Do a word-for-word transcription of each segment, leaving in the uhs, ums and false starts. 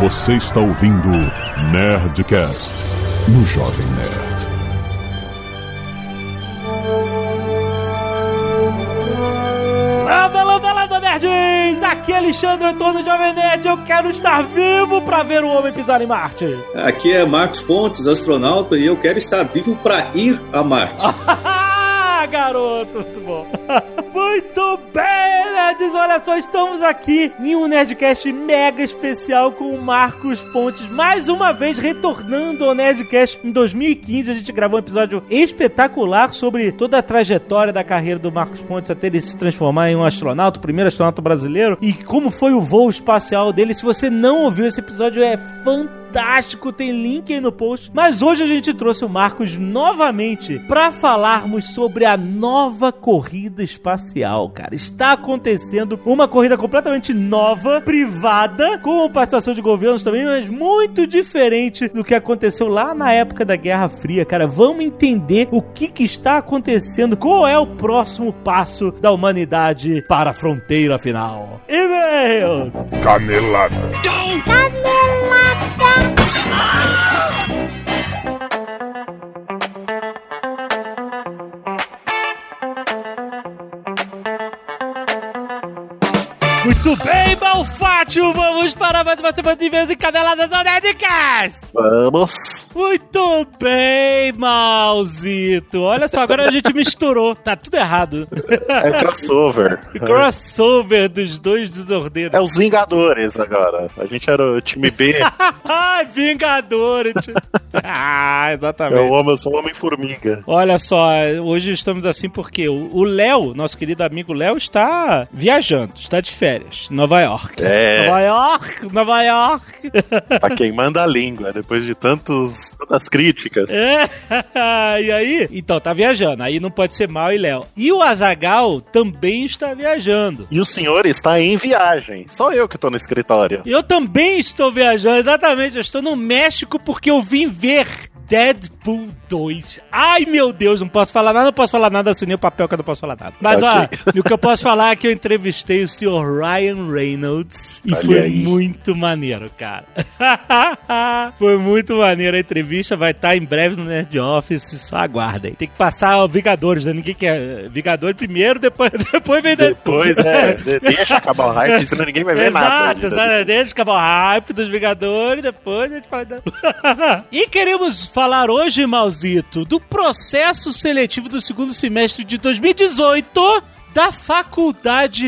Você está ouvindo Nerdcast no Jovem Nerd. Landa, landa, landa, nerds! Aqui é Alexandre Antônio Jovem Nerd. Eu quero estar vivo pra ver o homem pisar em Marte. Aqui é Marcos Pontes, astronauta, e eu quero estar vivo pra ir a Marte. Garoto, muito bom. Muito bem, nerds, olha só, estamos aqui em um Nerdcast mega especial com o Marcos Pontes, mais uma vez retornando ao Nerdcast. Em dois mil e quinze a gente gravou um episódio espetacular sobre toda a trajetória da carreira do Marcos Pontes até ele se transformar em um astronauta, o primeiro astronauta brasileiro, e como foi o voo espacial dele. Se você não ouviu esse episódio, é fantástico. Fantástico, tem link aí no post. Mas hoje a gente trouxe o Marcos novamente para falarmos sobre a nova corrida espacial, cara. Está acontecendo uma corrida completamente nova, privada, com participação de governos também, mas muito diferente do que aconteceu lá na época da Guerra Fria, cara. Vamos entender o que, que está acontecendo, qual é o próximo passo da humanidade para a fronteira final. E-mail! Canelada. Canelada. Muito bem, Malfátio, vamos para mais uma semana de vez em Caneladas do Nerdcast! Vamos! Muito bem, Malzito! Olha só, agora a gente misturou, tá tudo errado. É crossover. Crossover dos dois desordeiros. É os Vingadores agora. A gente era o time B. Ai, Vingadores! Ah, exatamente. É o homem, eu sou o Homem-Formiga. Olha só, hoje estamos assim porque o Léo, nosso querido amigo Léo, está viajando, está de férias, Nova York. É. Nova York, Nova York. Tá queimando a língua, depois de tantos, tantas críticas. É. E aí? Então, tá viajando, aí não pode ser Mal e Léo. E o Azaghal também está viajando. E o senhor está em viagem. Só eu que tô no escritório. Eu também estou viajando, exatamente. Eu estou no México porque eu vim ver Deadpool dois. Ai, meu Deus, não posso falar nada, não posso falar nada, assinei o papel que eu não posso falar nada. Mas, okay. Ó, o que eu posso falar é que eu entrevistei o senhor Ryan Reynolds e Olha foi aí. muito maneiro, cara. Foi muito maneiro a entrevista, vai estar em breve no Nerd Office, só aguardem. Tem que passar o Vingadores, né? Ninguém quer Vingadores primeiro, depois, depois vem Deadpool. Depois, é, deixa acabar o hype, senão ninguém vai ver exato, nada. Exato, deixa acabar o hype dos Vingadores, depois a gente fala de... E queremos falar hoje, Malzito, do processo seletivo do segundo semestre de dois mil e dezoito da Faculdade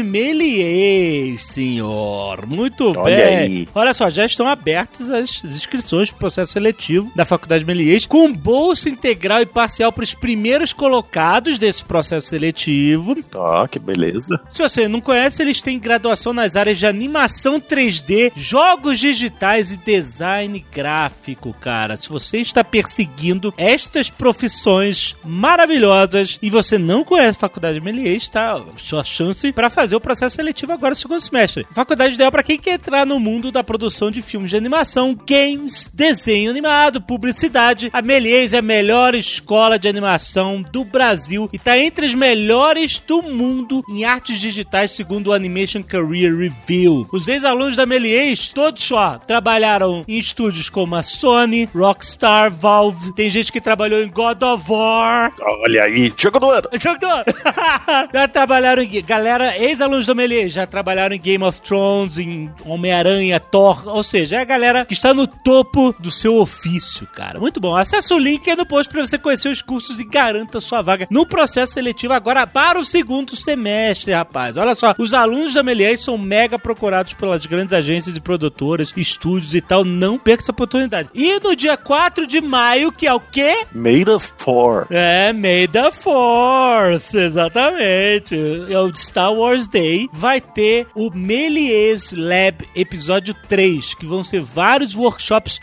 Méliès, senhor. Muito Olha bem. Aí. Olha só, já estão abertas as inscrições para o processo seletivo da Faculdade Méliès, com bolsa integral e parcial para os primeiros colocados desse processo seletivo. Ó, oh, que beleza. Se você não conhece, eles têm graduação nas áreas de animação três D, jogos digitais e design gráfico, cara. Se você está perseguindo estas profissões maravilhosas e você não conhece a Faculdade Méliès, tá? Sua chance para fazer o processo seletivo agora no segundo semestre. Faculdade ideal para quem quer entrar no mundo da produção de filmes de animação, games, desenho animado, publicidade. A Méliès é a melhor escola de animação do Brasil e está entre as melhores do mundo em artes digitais, segundo o Animation Career Review. Os ex-alunos da Méliès, todos só trabalharam em estúdios como a Sony, Rockstar, Valve. Tem gente que trabalhou em God of War. Olha aí, jogo do ano. Jogo do ano. Já trabalharam em... Galera, ex-alunos do Méliès já trabalharam em Game of Thrones, em Homem-Aranha, Thor, ou seja, é a galera que está no topo do seu ofício, cara. Muito bom. Acesse o link aí no post para você conhecer os cursos e garanta sua vaga no processo seletivo agora para o segundo semestre, rapaz. Olha só, os alunos da Méliès são mega procurados pelas grandes agências de produtoras, estúdios e tal. Não perca essa oportunidade. E no dia quatro de maio, que é o quê? May the fourth. É, May the fourth, exatamente. É o Star Wars Day. Vai ter o Méliès Lab episódio três, que vão ser vários workshops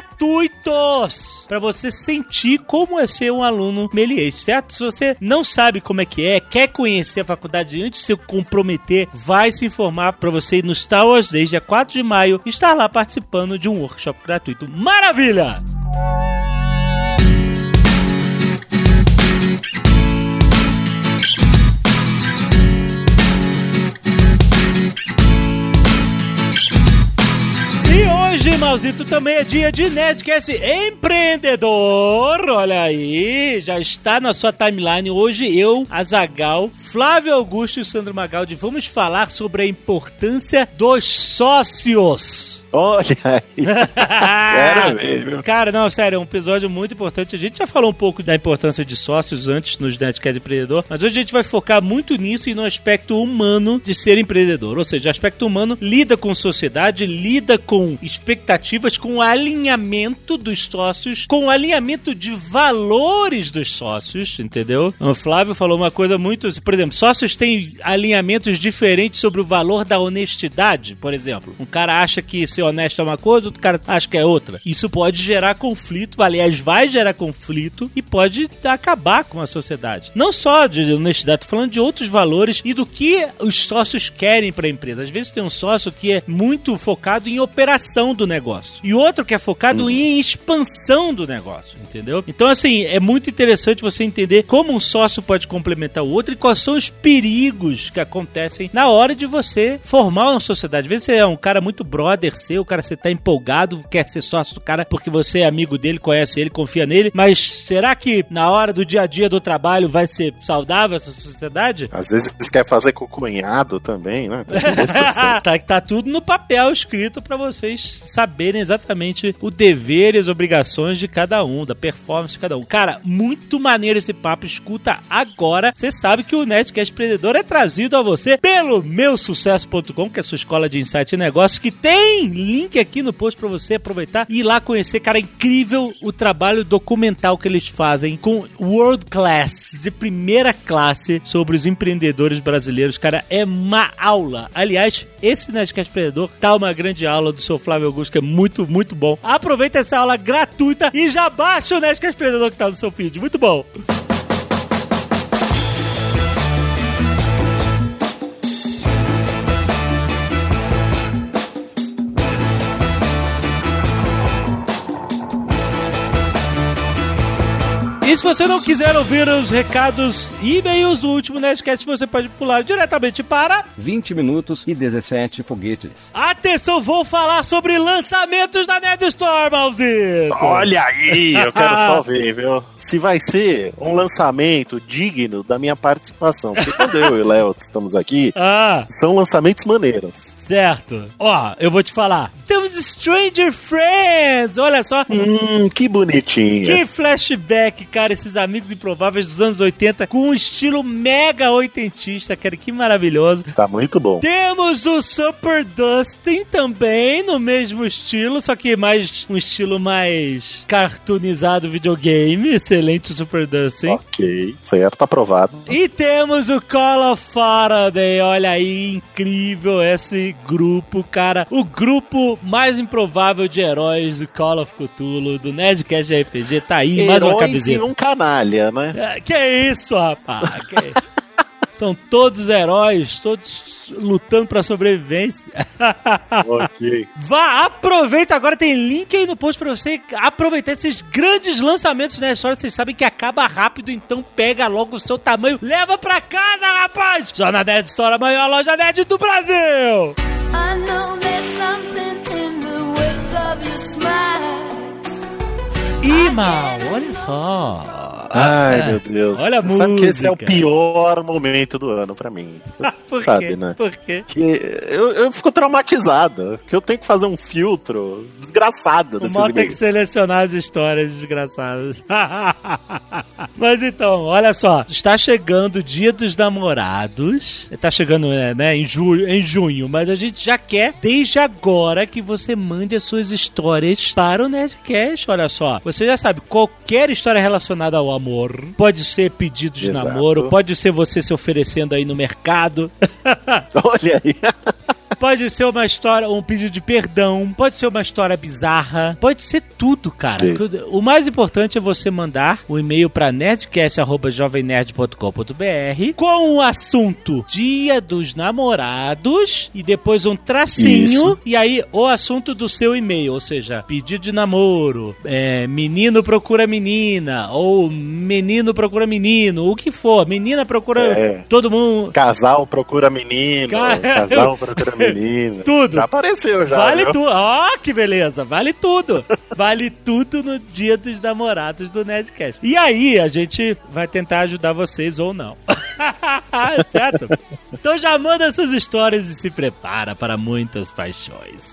gratuitos para você sentir como é ser um aluno Méliès, certo? Se você não sabe como é que é, quer conhecer a faculdade antes de se comprometer, vai se informar para você ir no Star Wars Day, dia quatro de maio, e estar lá participando de um workshop gratuito. Maravilha! Mauzito, também é dia de Nerdcast Empreendedor. Olha aí, já está na sua timeline. Hoje eu, Azaghal, Flávio Augusto e Sandro Magaldi vamos falar sobre a importância dos sócios. Olha aí. Era mesmo. Cara, não, sério, é um episódio muito importante. A gente já falou um pouco da importância de sócios antes nos Nerdcast Empreendedor, mas hoje a gente vai focar muito nisso e no aspecto humano de ser empreendedor. Ou seja, o aspecto humano lida com sociedade, lida com expectativas, com o alinhamento dos sócios, com o alinhamento de valores dos sócios, entendeu? O Flávio falou uma coisa muito... Por exemplo, sócios têm alinhamentos diferentes sobre o valor da honestidade, por exemplo. Um cara acha que ser honesto é uma coisa, outro cara acha que é outra. Isso pode gerar conflito, aliás, vai gerar conflito e pode acabar com a sociedade. Não só de honestidade, tô falando de outros valores e do que os sócios querem para a empresa. Às vezes tem um sócio que é muito focado em operação do negócio e outro que é focado hum. em expansão do negócio, entendeu? Então, assim, é muito interessante você entender como um sócio pode complementar o outro e quais são os perigos que acontecem na hora de você formar uma sociedade. Às vezes você é um cara muito brother seu, o cara, você tá empolgado, quer ser sócio do cara porque você é amigo dele, conhece ele, confia nele, mas será que na hora do dia a dia do trabalho vai ser saudável essa sociedade? Às vezes quer fazer com o cunhado também, né? tá, tá tudo no papel escrito pra vocês saberem exatamente o dever e as obrigações de cada um, da performance de cada um. Cara, muito maneiro esse papo, escuta agora. Você sabe que o Nerdcast Empreendedor é trazido a você pelo meu sucesso ponto com, que é a sua escola de insight e negócios, que tem link aqui no post pra você aproveitar e ir lá conhecer. Cara, é incrível o trabalho documental que eles fazem com World Class, de primeira classe, sobre os empreendedores brasileiros. Cara, é uma aula. Aliás, esse Nerdcast Empreendedor tá uma grande aula do seu Flávio Augusto, que é muito, muito bom. Aproveita essa aula gratuita e já baixa o Nerdcast Empreendedor que tá no seu feed. Muito bom. E se você não quiser ouvir os recados e e-mails do último Nerdcast, você pode pular diretamente para... vinte minutos e dezessete foguetes. Atenção, vou falar sobre lançamentos da Nerd Store, Mauzito. Olha aí, eu quero só ver, viu? Se vai ser um lançamento digno da minha participação. Porque quando eu e o Léo estamos aqui, ah. são lançamentos maneiros. Certo. Ó, eu vou te falar. Temos Stranger Friends, olha só. Hum, que bonitinho. Que flashback, cara, esses amigos improváveis dos anos oitenta, com um estilo mega oitentista, cara, que maravilhoso. Tá muito bom. Temos o Super Dustin também, no mesmo estilo, só que mais um estilo mais cartoonizado videogame. Excelente Super Dustin. Ok, certo, aprovado. E temos o Call of Faraday, olha aí, incrível esse grupo, cara. O grupo mais improvável de heróis do Call of Cthulhu, do Nerdcast R P G, tá aí, mais uma camiseta. Heróis e um canalha, né? É, que isso, rapaz? Que... São todos heróis, todos lutando pra sobrevivência. Ok. Vá, aproveita agora, tem link aí no post pra você aproveitar esses grandes lançamentos na história. Vocês sabem que acaba rápido, então pega logo o seu tamanho, leva pra casa, rapaz! Só na Nerd Store, a maior loja nerd do Brasil! I know there's something in the wake of your smile. Ih, mal, olha só. Ai, meu Deus. Olha a Você música. sabe que esse é o pior momento do ano pra mim. Por sabe, quê? né? Por quê? Que eu, eu fico traumatizado. Que eu tenho que fazer um filtro desgraçado O desses mal tem e-mails. que selecionar as histórias desgraçadas. Mas então, olha só. Está chegando o Dia dos Namorados. Está chegando, né, em, julho, em junho. Mas a gente já quer, desde agora, que você mande as suas histórias para o Nerdcast. Olha só. Você já sabe, qualquer história relacionada ao amor. Pode ser pedido de Exato. namoro. Pode ser você se oferecendo aí no mercado. Olha aí. Pode ser uma história, um pedido de perdão. Pode ser uma história bizarra. Pode ser tudo, cara. Sim. O mais importante é você mandar o um e-mail para nerdcast arroba jovem nerd ponto com ponto b r com o assunto Dia dos Namorados e depois um tracinho. Isso. E aí o assunto do seu e-mail, ou seja, pedido de namoro, é, menino procura menina, ou menino procura menino, o que for. Menina procura é. todo mundo. Casal procura menino. Ca... Casal procura menina. menina. Tudo. Já apareceu, já. Vale viu? tudo. Ó, que beleza. Vale tudo. Vale tudo no Dia dos Namorados do Nerdcast. E aí, a gente vai tentar ajudar vocês ou não. Certo? Então já manda suas histórias e se prepara para muitas paixões.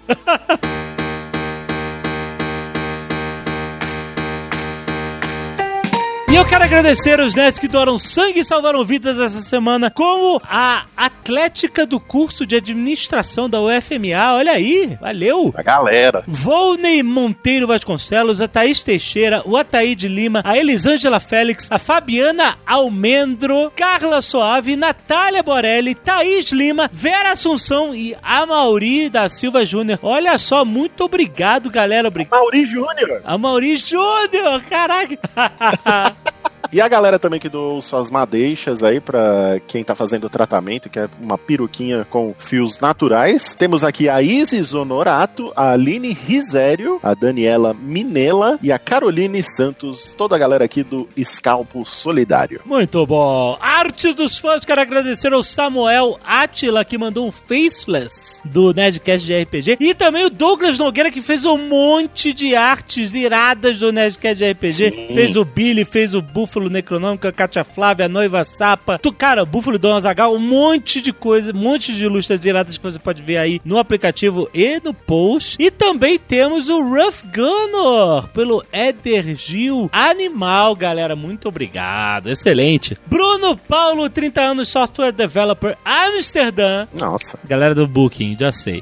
E eu quero agradecer aos nerds que doaram sangue e salvaram vidas essa semana, como a atlética do curso de administração da U F M A. Olha aí, valeu! A galera. Volney Monteiro Vasconcelos, a Thaís Teixeira, o Ataíde Lima, a Elisângela Félix, a Fabiana Almendro, Carla Soave, Natália Borelli, Thaís Lima, Vera Assunção e a Mauri da Silva Júnior. Olha só, muito obrigado, galera. Obrig... Mauri Júnior. A Mauri Júnior, caraca. E a galera também que doou suas madeixas aí pra quem tá fazendo o tratamento, que é uma peruquinha com fios naturais. Temos aqui a Isis Honorato, a Aline Risério, a Daniela Minella e a Caroline Santos, toda a galera aqui do Scalpo Solidário. Muito bom. Arte dos fãs, quero agradecer ao Samuel Átila, que mandou um Faceless do Nerdcast de R P G, e também o Douglas Nogueira, que fez um monte de artes iradas do Nerdcast de R P G. Sim. Fez o Billy, fez o Búfalo Necronômica, Katia Flávia, a Noiva Sapa, tu, cara, Búfalo Dom Azaghal, um monte de coisa, um monte de ilustras iradas que você pode ver aí no aplicativo e no post. E também temos o Rough Gunner, pelo Éder Gil. Animal, galera, muito obrigado, excelente. Bruno Paulo, trinta anos, Software Developer, Amsterdã. Nossa. Galera do Booking, já sei.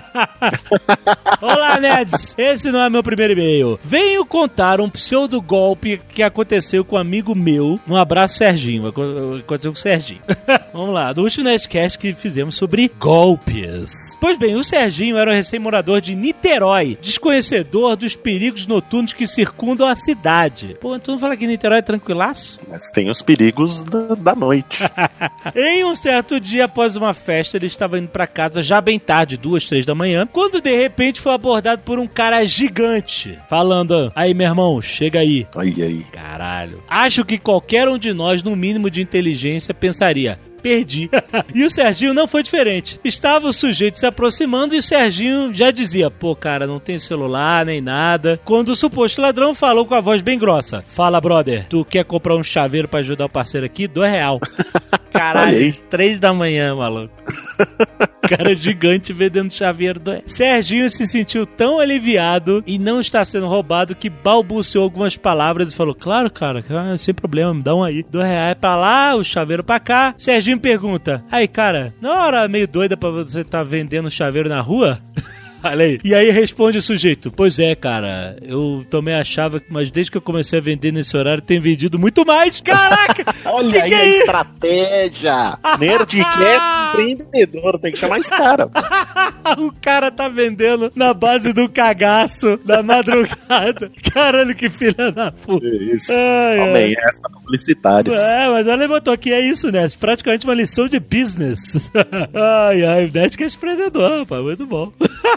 Olá, nerds, esse não é meu primeiro e-mail. Venho contar um pseudo golpe que aconteceu com um amigo meu. Um abraço, Serginho. Aconteceu com o Serginho. Vamos lá. Do último Nerdcast que fizemos sobre golpes. Pois bem, o Serginho era um recém-morador de Niterói, desconhecedor dos perigos noturnos que circundam a cidade. Pô, tu não fala que Niterói é tranquilaço? Mas tem os perigos da, da noite. Em um certo dia, após uma festa, ele estava indo pra casa já bem tarde, duas, três da manhã, quando de repente foi abordado por um cara gigante, falando: aí, meu irmão, chega aí. Aí, aí. Caralho. Acho que qualquer um de nós, no mínimo de inteligência, pensaria: perdi. E o Serginho não foi diferente. Estava o sujeito se aproximando e o Serginho já dizia: pô, cara, não tem celular nem nada. Quando o suposto ladrão falou com a voz bem grossa: fala, brother, tu quer comprar um chaveiro pra ajudar o parceiro aqui? Dois real. Caralho, três da manhã, maluco. Cara gigante vendendo chaveiro. Do... Serginho se sentiu tão aliviado e não está sendo roubado que balbuciou algumas palavras e falou: claro, cara, sem problema, me dá um aí. Dois reais pra lá, o chaveiro pra cá. Serginho pergunta: aí, cara, não é hora meio doida pra você estar tá vendendo chaveiro na rua? Olha aí. E aí responde o sujeito: pois é, cara, eu também achava, mas desde que eu comecei a vender nesse horário, tem vendido muito mais. Caraca! Olha que aí que é a isso? Estratégia! Nerdcast empreendedor, tem que chamar esse cara. O cara tá vendendo na base do cagaço da madrugada. Caralho, que filha da puta. Isso. Ai, Também ai. Essa publicitários. É, mas ela botou aqui, é isso, né? Praticamente uma lição de business. Ai, ai, Nerdcast empreendedor, rapaz, muito bom.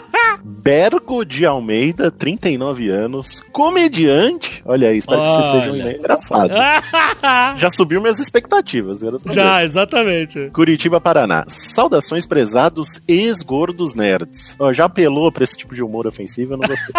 Bergo de Almeida, trinta e nove anos, comediante. Olha aí, espero Olha. que você seja um e-mail engraçado. Já subiu minhas expectativas. Já, exatamente. Curitiba, Paraná. Saudações, prezados ex-gordos nerds. Ó, já apelou pra esse tipo de humor ofensivo, eu não gostei.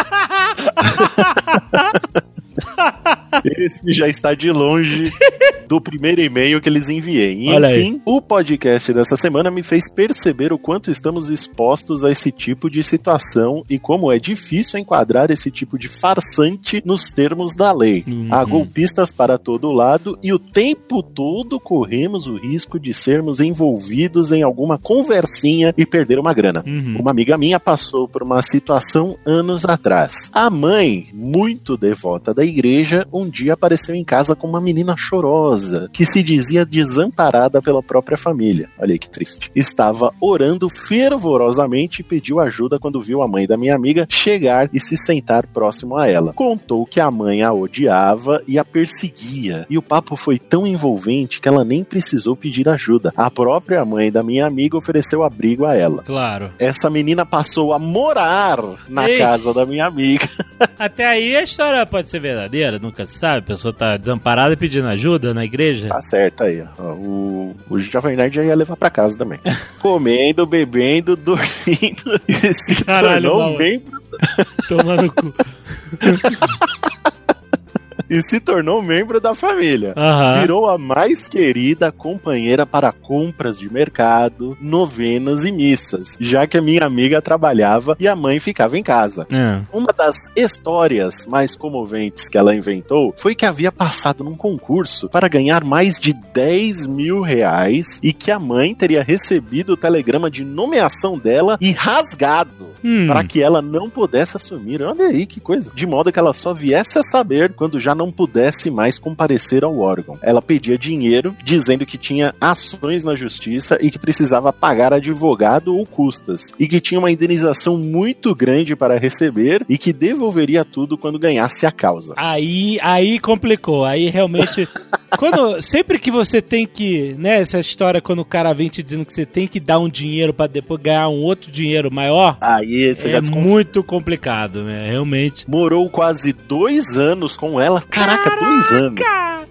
Esse já está de longe do primeiro e-mail que eles enviei. E, enfim, o podcast dessa semana me fez perceber o quanto estamos expostos a esse tipo de situação e como é difícil enquadrar esse tipo de farsante nos termos da lei. Uhum. Há golpistas para todo lado e o tempo todo corremos o risco de sermos envolvidos em alguma conversinha e perder uma grana. Uhum. Uma amiga minha passou por uma situação anos atrás. A mãe, muito devota da igreja, um dia apareceu em casa com uma menina chorosa, que se dizia desamparada pela própria família. Olha aí que triste. Estava orando fervorosamente e pediu ajuda quando viu a mãe da minha amiga chegar e se sentar próximo a ela. Contou que a mãe a odiava e a perseguia. E o papo foi tão envolvente que ela nem precisou pedir ajuda. A própria mãe da minha amiga ofereceu abrigo a ela. Claro. Essa menina passou a morar na Ei. casa da minha amiga. Até aí a história pode ser verdadeira, nunca se sabe? A pessoa tá desamparada e pedindo ajuda na igreja. Tá certo aí, ó. O, o Jovem Nerd já ia levar pra casa também. Comendo, bebendo, dormindo e se Caralho, tornou mal. membro... Tomando cu. E se tornou membro da família. Uhum. Virou a mais querida companheira para compras de mercado, novenas e missas, já que a minha amiga trabalhava e a mãe ficava em casa. É. Uma das histórias mais comoventes que ela inventou foi que havia passado num concurso para ganhar mais de dez mil reais e que a mãe teria recebido o telegrama de nomeação dela e rasgado Hum. para que ela não pudesse assumir. Olha aí que coisa. De modo que ela só viesse a saber quando já não pudesse mais comparecer ao órgão. Ela pedia dinheiro, dizendo que tinha ações na justiça e que precisava pagar advogado ou custas, e que tinha uma indenização muito grande para receber e que devolveria tudo quando ganhasse a causa. Aí, aí complicou. Aí realmente... Quando, sempre que você tem que, né, essa história quando o cara vem te dizendo que você tem que dar um dinheiro pra depois ganhar um outro dinheiro maior, aí você é já desconfia. muito complicado, né, realmente. Morou quase dois anos com ela. Caraca, Caraca! dois anos.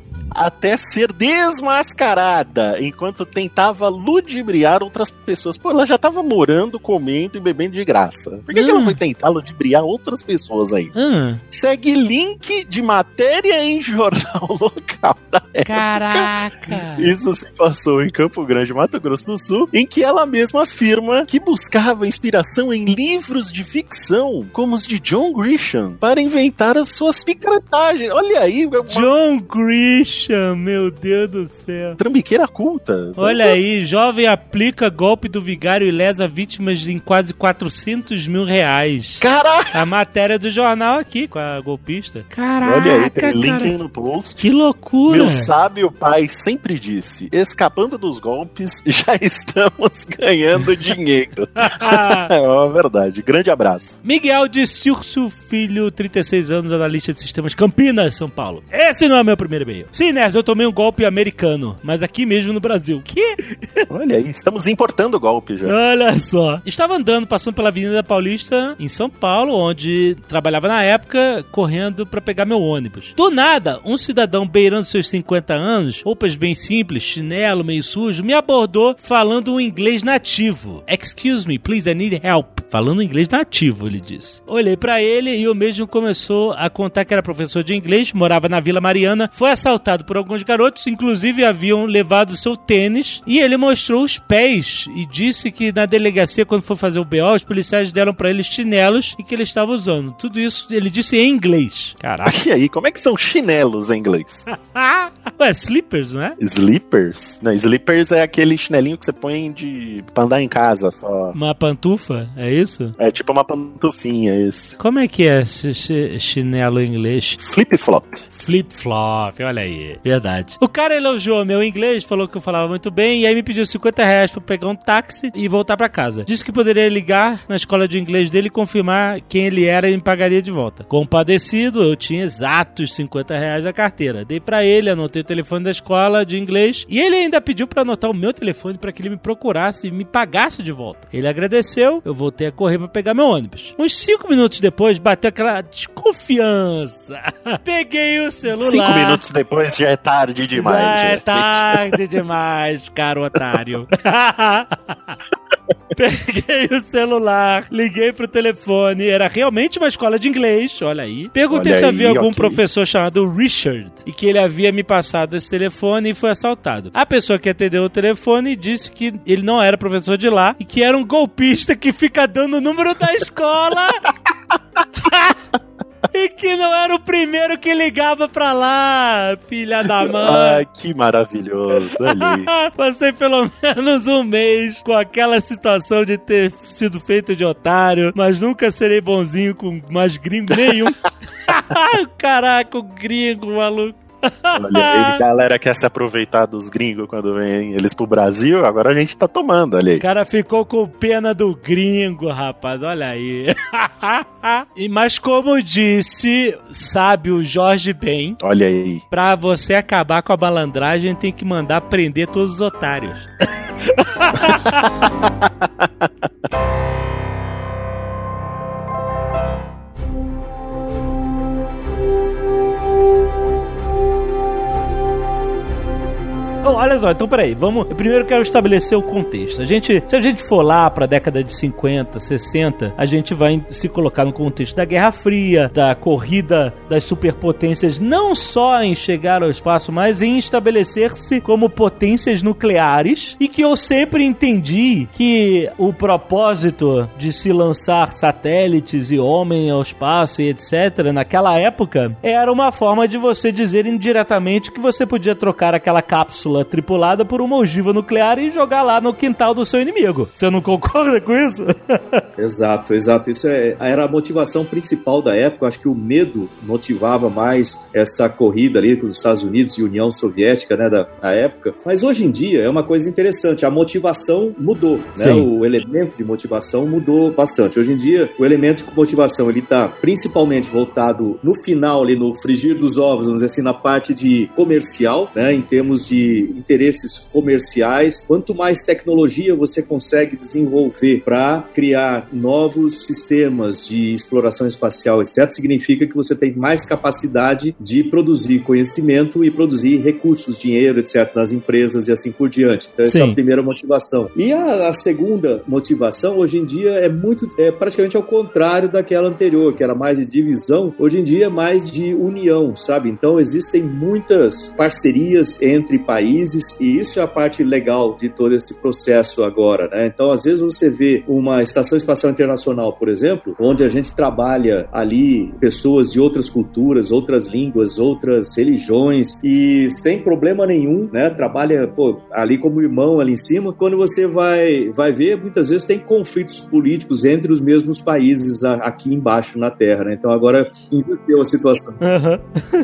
Até ser desmascarada, enquanto tentava ludibriar outras pessoas. Pô, ela já tava morando, comendo e bebendo de graça. Por que, hum. que ela foi tentar ludibriar outras pessoas aí? Hum. Segue link de matéria em jornal local da época. Caraca! Isso se passou em Campo Grande, Mato Grosso do Sul, em que ela mesma afirma que buscava inspiração em livros de ficção, como os de John Grisham, para inventar as suas picaretagens. Olha aí. Uma... John Grisham! Meu Deus do céu. Trambiqueira culta. Olha aí, jovem aplica golpe do vigário e lesa vítimas em quase quatrocentos mil reais. Caraca! A matéria do jornal aqui, com a golpista. Caraca, olha aí, tem link cara. aí no post. Que loucura. Meu sábio pai sempre disse, escapando dos golpes, já estamos ganhando dinheiro. É uma verdade. Grande abraço. Miguel de Circio Filho, trinta e seis anos, analista de sistemas, Campinas, São Paulo. Esse não é meu primeiro e-mail. Sim, Nerds, eu tomei um golpe americano, mas aqui mesmo no Brasil. Que? Olha aí, estamos importando golpe já. Olha só. Estava andando, passando pela Avenida Paulista, em São Paulo, onde trabalhava na época, correndo pra pegar meu ônibus. Do nada, um cidadão beirando seus cinquenta anos, roupas bem simples, chinelo meio sujo, me abordou falando um inglês nativo. Excuse me, please, I need help. Falando inglês nativo, ele disse. Olhei pra ele e o mesmo começou a contar que era professor de inglês, morava na Vila Mariana, foi assaltado por alguns garotos, inclusive haviam levado seu tênis, e ele mostrou os pés e disse que na delegacia, quando foi fazer o B O, os policiais deram pra ele chinelos e que ele estava usando. Tudo isso ele disse em inglês. Caraca. E aí, como é que são chinelos em inglês? Ué, slippers, não é? Slippers? Não, slippers é aquele chinelinho que você põe de pra andar em casa só. Uma pantufa, é isso? É tipo uma pantufinha, isso. Como é que é ch- ch- chinelo em inglês? Flip-flop. Flip-flop, olha aí. Verdade. O cara elogiou meu inglês, falou que eu falava muito bem, e aí me pediu cinquenta reais pra pegar um táxi e voltar pra casa. Disse que poderia ligar na escola de inglês dele e confirmar quem ele era e me pagaria de volta. Compadecido, eu tinha exatos cinquenta reais na carteira. Dei pra ele, anotei o telefone da escola de inglês, e ele ainda pediu pra anotar o meu telefone pra que ele me procurasse e me pagasse de volta. Ele agradeceu, eu voltei a correr pra pegar meu ônibus. Uns cinco minutos depois, bateu aquela desconfiança. Peguei o celular. Cinco minutos depois já é tarde demais. Já é já. tarde demais, caro otário. Peguei o celular, liguei pro telefone, era realmente uma escola de inglês, olha aí. Perguntei Olha se aí, havia algum ok. professor chamado Richard e que ele havia me passado esse telefone e foi assaltado. A pessoa que atendeu o telefone disse que ele não era professor de lá e que era um golpista que fica dando o número da escola. E que não era o primeiro que ligava pra lá, filha da mãe. Ah, que maravilhoso, ali. Passei pelo menos um mês com aquela situação de ter sido feito de otário, mas nunca serei bonzinho com mais gringo nenhum. Caraca, o gringo, maluco. Olha, a galera quer se aproveitar dos gringos quando vem eles pro Brasil, agora a gente tá tomando, olha aí. O cara ficou com pena do gringo, rapaz, olha aí. E, mas como disse, sabe o Jorge Ben, olha aí. pra você acabar com a malandragem tem que mandar prender todos os otários. olha só, então peraí, vamos... Eu primeiro quero estabelecer o contexto. A gente, se a gente for lá pra década de cinquenta, sessenta, a gente vai se colocar no contexto da Guerra Fria, da corrida das superpotências, não só em chegar ao espaço, mas em estabelecer-se como potências nucleares, e que eu sempre entendi que o propósito de se lançar satélites e homem ao espaço e etcétera, naquela época, era uma forma de você dizer indiretamente que você podia trocar aquela cápsula tripulada por uma ogiva nuclear e jogar lá no quintal do seu inimigo. Você não concorda com isso? Exato, exato. Isso é, era a motivação principal da época. Eu acho que o medo motivava mais essa corrida ali com os Estados Unidos e União Soviética, né, da, da época. Mas hoje em dia é uma coisa interessante. A motivação mudou, né? O elemento de motivação mudou bastante. Hoje em dia, o elemento de motivação, ele está principalmente voltado no final, ali no frigir dos ovos, vamos dizer assim, na parte de comercial, né, em termos de interesses comerciais. Quanto mais tecnologia você consegue desenvolver para criar novos sistemas de exploração espacial, etcétera, significa que você tem mais capacidade de produzir conhecimento e produzir recursos, dinheiro, etcétera, nas empresas e assim por diante. Então, essa Sim. é a primeira motivação. E a, a segunda motivação, hoje em dia, é muito, é praticamente ao contrário daquela anterior, que era mais de divisão. Hoje em dia é mais de união, sabe? Então, existem muitas parcerias entre países e isso é a parte legal de todo esse processo agora, né? Então, às vezes você vê uma Estação Espacial Internacional, por exemplo, onde a gente trabalha ali pessoas de outras culturas, outras línguas, outras religiões e sem problema nenhum, né? Trabalha, pô, ali como irmão ali em cima. Quando você vai, vai ver, muitas vezes tem conflitos políticos entre os mesmos países a, aqui embaixo na Terra, né? Então agora inverteu a situação. Uhum.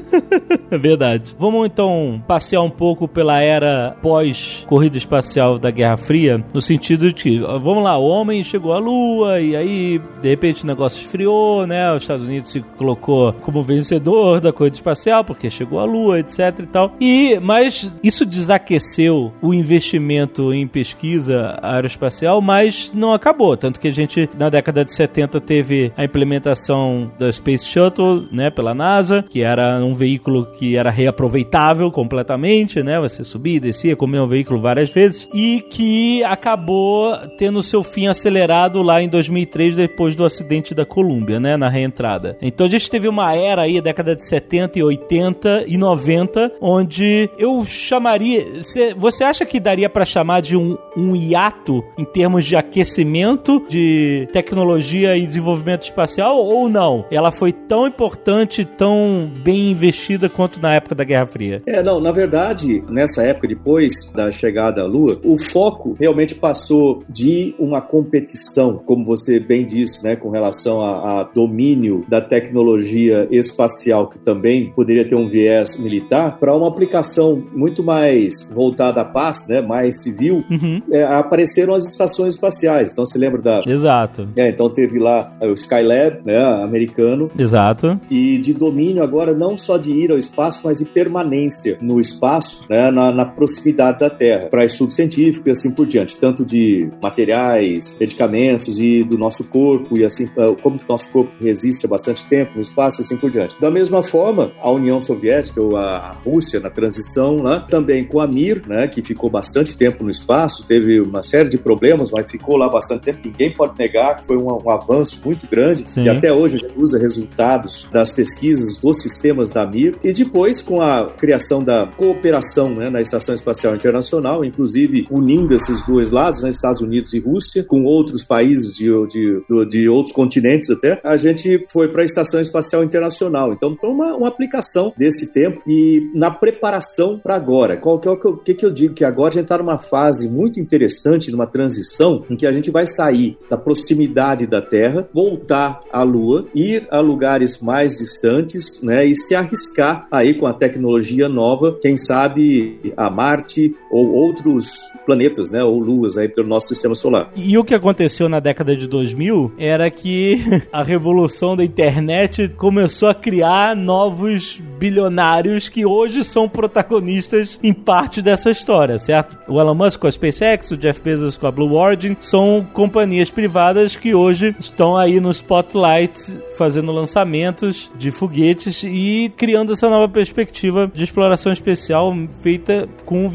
É verdade. Vamos então passear um pouco pela era pós-corrida espacial da Guerra Fria, no sentido de que, vamos lá, o homem chegou à Lua e aí, de repente, o negócio esfriou, né? Os Estados Unidos se colocou como vencedor da corrida espacial, porque chegou à Lua, etc e tal. E, mas isso desaqueceu o investimento em pesquisa aeroespacial, mas não acabou. Tanto que a gente, na década de setenta, teve a implementação da Space Shuttle, né, pela NASA, que era um veículo que era reaproveitável completamente, né? Você subia e descia, comia um veículo várias vezes, e que acabou tendo seu fim acelerado lá em dois mil e três, depois do acidente da Columbia, né, na reentrada. Então a gente teve uma era aí, década de setenta e oitenta e noventa, onde eu chamaria... Você acha que daria pra chamar de um, um hiato em termos de aquecimento de tecnologia e desenvolvimento espacial, ou não? Ela foi tão importante, tão bem investida quanto na época da Guerra Fria? É, não, na verdade, nessa época, depois da chegada à Lua, o foco realmente passou de uma competição, como você bem disse, né, com relação a, a domínio da tecnologia espacial, que também poderia ter um viés militar, para uma aplicação muito mais voltada à paz, né, mais civil. Uhum. É, apareceram as estações espaciais. Então, você lembra da... Exato. É, então teve lá o Skylab, né, americano. Exato. E de domínio agora não só de ir ao espaço, mas de permanência no espaço, né, na, na proximidade da Terra, para estudo científico e assim por diante, tanto de materiais, medicamentos e do nosso corpo e assim, como o nosso corpo resiste há bastante tempo no espaço e assim por diante. Da mesma forma, a União Soviética ou a Rússia na transição, né, também com a Mir, né, que ficou bastante tempo no espaço, teve uma série de problemas, mas ficou lá bastante tempo, ninguém pode negar que foi um, um avanço muito grande. Sim. E até hoje a gente usa resultados das pesquisas dos sistemas da Mir, e depois com a criação da cooperação, né, na Estação Espacial Internacional, inclusive unindo esses dois lados, né, Estados Unidos e Rússia, com outros países de, de, de, de outros continentes até, a gente foi para a Estação Espacial Internacional. Então foi uma, uma aplicação desse tempo e na preparação para agora. Qual que é o que eu, que, que eu digo? Que agora a gente está numa fase muito interessante, numa transição, em que a gente vai sair da proximidade da Terra, voltar à Lua, ir a lugares mais distantes, né, e se arriscar aí com a tecnologia nova, quem sabe a Marte ou outros planetas, né, ou luas aí pelo nosso sistema solar. E o que aconteceu na década de dois mil era que a revolução da internet começou a criar novos bilionários que hoje são protagonistas em parte dessa história, certo? O Elon Musk com a SpaceX, o Jeff Bezos com a Blue Origin, são companhias privadas que hoje estão aí no spotlight fazendo lançamentos de foguetes e criando essa nova perspectiva de exploração espacial feita com um viés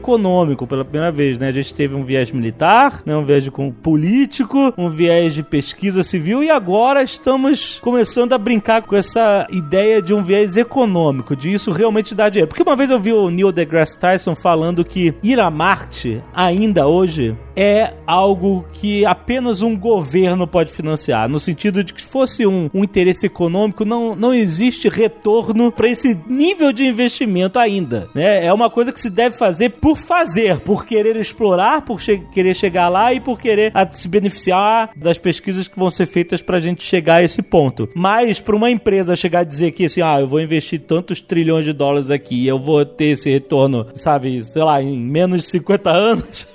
econômico pela primeira vez, né? A gente teve um viés militar, né? Um viés de político, um viés de pesquisa civil e agora estamos começando a brincar com essa ideia de um viés econômico, de isso realmente dar dinheiro. Porque uma vez eu vi o Neil deGrasse Tyson falando que ir a Marte, ainda hoje, é algo que apenas um governo pode financiar, no sentido de que se fosse um, um interesse econômico, não, não existe retorno para esse nível de investimento ainda, né? É uma coisa que se deve fazer por fazer, por querer explorar, por che- querer chegar lá e por querer a, se beneficiar das pesquisas que vão ser feitas pra gente chegar a esse ponto. Mas para uma empresa chegar a dizer que assim, ah, eu vou investir tantos trilhões de dólares aqui, eu vou ter esse retorno, sabe, sei lá, em menos de cinquenta anos,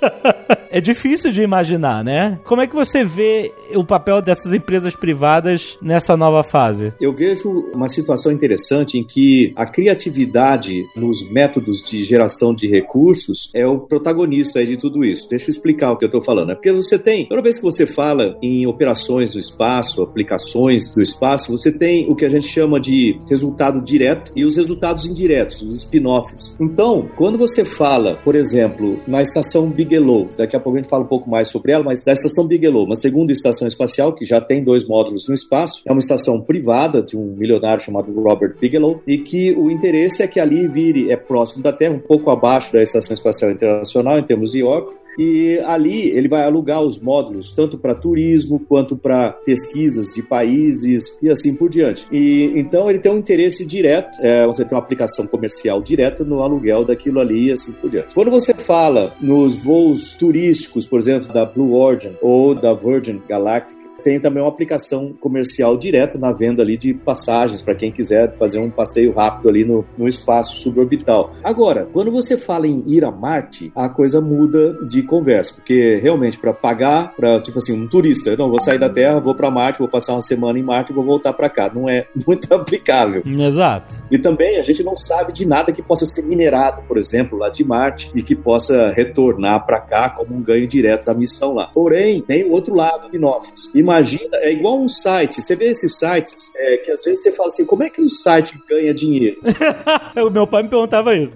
é difícil de imaginar, né? Como é que você vê o papel dessas empresas privadas nessa nova fase? Eu vejo uma situação interessante em que a criatividade nos métodos de geração de recursos é o protagonista aí de tudo isso. Deixa eu explicar o que eu estou falando. É porque você tem, toda vez que você fala em operações do espaço, aplicações do espaço, você tem o que a gente chama de resultado direto e os resultados indiretos, os spin-offs. Então, quando você fala, por exemplo, na estação Bigelow, daqui a pouco a gente fala um pouco mais sobre ela, mas da estação Bigelow, uma segunda estação espacial que já tem dois módulos no espaço, é uma estação privada de um milionário chamado Robert Bigelow, e que o interesse é que ali vire, é próximo da Terra, um pouco abaixo da Estação Espacial Internacional em termos de órbita, e ali ele vai alugar os módulos tanto para turismo quanto para pesquisas de países e assim por diante. E então ele tem um interesse direto, é, você tem uma aplicação comercial direta no aluguel daquilo ali e assim por diante. Quando você fala nos voos turísticos, por exemplo, da Blue Origin ou da Virgin Galactic, tem também uma aplicação comercial direta na venda ali de passagens para quem quiser fazer um passeio rápido ali no, no espaço suborbital. Agora, quando você fala em ir a Marte, a coisa muda de conversa, porque realmente para pagar para, tipo assim, um turista, não, vou sair da Terra, vou para Marte, vou passar uma semana em Marte e vou voltar para cá, não é muito aplicável. Exato. E também a gente não sabe de nada que possa ser minerado, por exemplo, lá de Marte e que possa retornar para cá como um ganho direto da missão lá. Porém, tem o outro lado de novos. Imagina, é igual um site. Você vê esses sites é, que às vezes você fala assim, como é que o site ganha dinheiro? O meu pai me perguntava isso.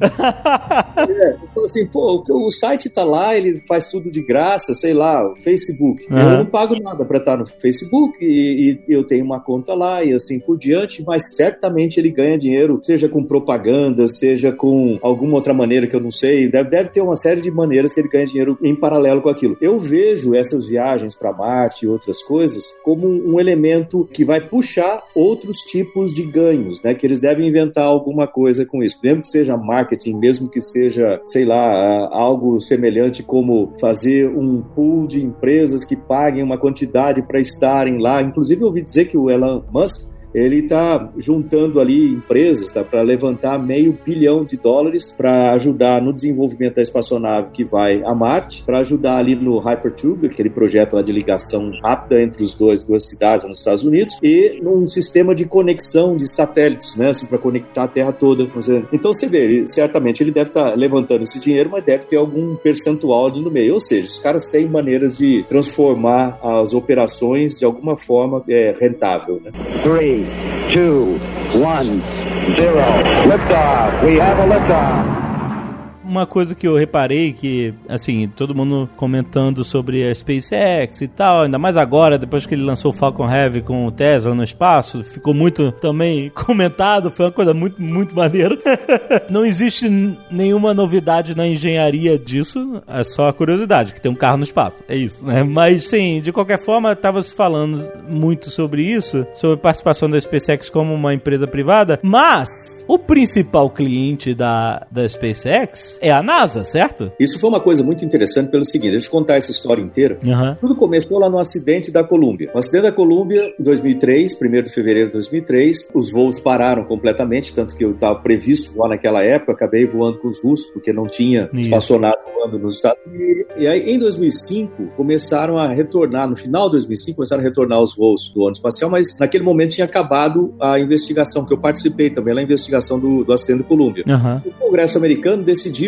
É, eu falo assim, pô, o site tá lá, ele faz tudo de graça, sei lá, o Facebook. Uhum. Eu não pago nada pra estar no Facebook e, e eu tenho uma conta lá e assim por diante, mas certamente ele ganha dinheiro, seja com propaganda, seja com alguma outra maneira que eu não sei. Deve, deve ter uma série de maneiras que ele ganha dinheiro em paralelo com aquilo. Eu vejo essas viagens pra Marte e outras coisas como um elemento que vai puxar outros tipos de ganhos, né? Que eles devem inventar alguma coisa com isso. Mesmo que seja marketing, mesmo que seja, sei lá, algo semelhante como fazer um pool de empresas que paguem uma quantidade para estarem lá. Inclusive, eu ouvi dizer que o Elon Musk, ele está juntando ali empresas, tá, para levantar meio bilhão de dólares para ajudar no desenvolvimento da espaçonave que vai a Marte, para ajudar ali no Hypertube, aquele projeto lá de ligação rápida entre os dois, duas cidades nos Estados Unidos, e num sistema de conexão de satélites, né, assim, para conectar a Terra toda. Então você vê, ele, certamente ele deve estar tá levantando esse dinheiro, mas deve ter algum percentual ali no meio. Ou seja, os caras têm maneiras de transformar as operações de alguma forma é, rentável, né? Three. Two, one, zero. Liftoff. We have a liftoff. Uma coisa que eu reparei que, assim, todo mundo comentando sobre a SpaceX e tal, ainda mais agora, depois que ele lançou o Falcon Heavy com o Tesla no espaço, ficou muito também comentado, foi uma coisa muito, muito maneira. Não existe nenhuma novidade na engenharia disso, é só a curiosidade, que tem um carro no espaço, é isso, né? Mas, sim, de qualquer forma, estava se falando muito sobre isso, sobre a participação da SpaceX como uma empresa privada, mas o principal cliente da, da SpaceX é a NASA, certo? Isso foi uma coisa muito interessante pelo seguinte, deixa eu contar essa história inteira. Uhum. Tudo começou lá no acidente da Columbia. O acidente da Columbia, em dois mil e três, primeiro de fevereiro de dois mil e três, os voos pararam completamente, tanto que eu estava previsto voar naquela época, acabei voando com os russos, porque não tinha Isso. espaçonave voando nos Estados Unidos. E aí, em dois mil e cinco, começaram a retornar, no final de dois mil e cinco, começaram a retornar os voos do ônibus espacial, mas naquele momento tinha acabado a investigação, que eu participei também, a investigação do, do acidente da Columbia. Uhum. O Congresso americano decidiu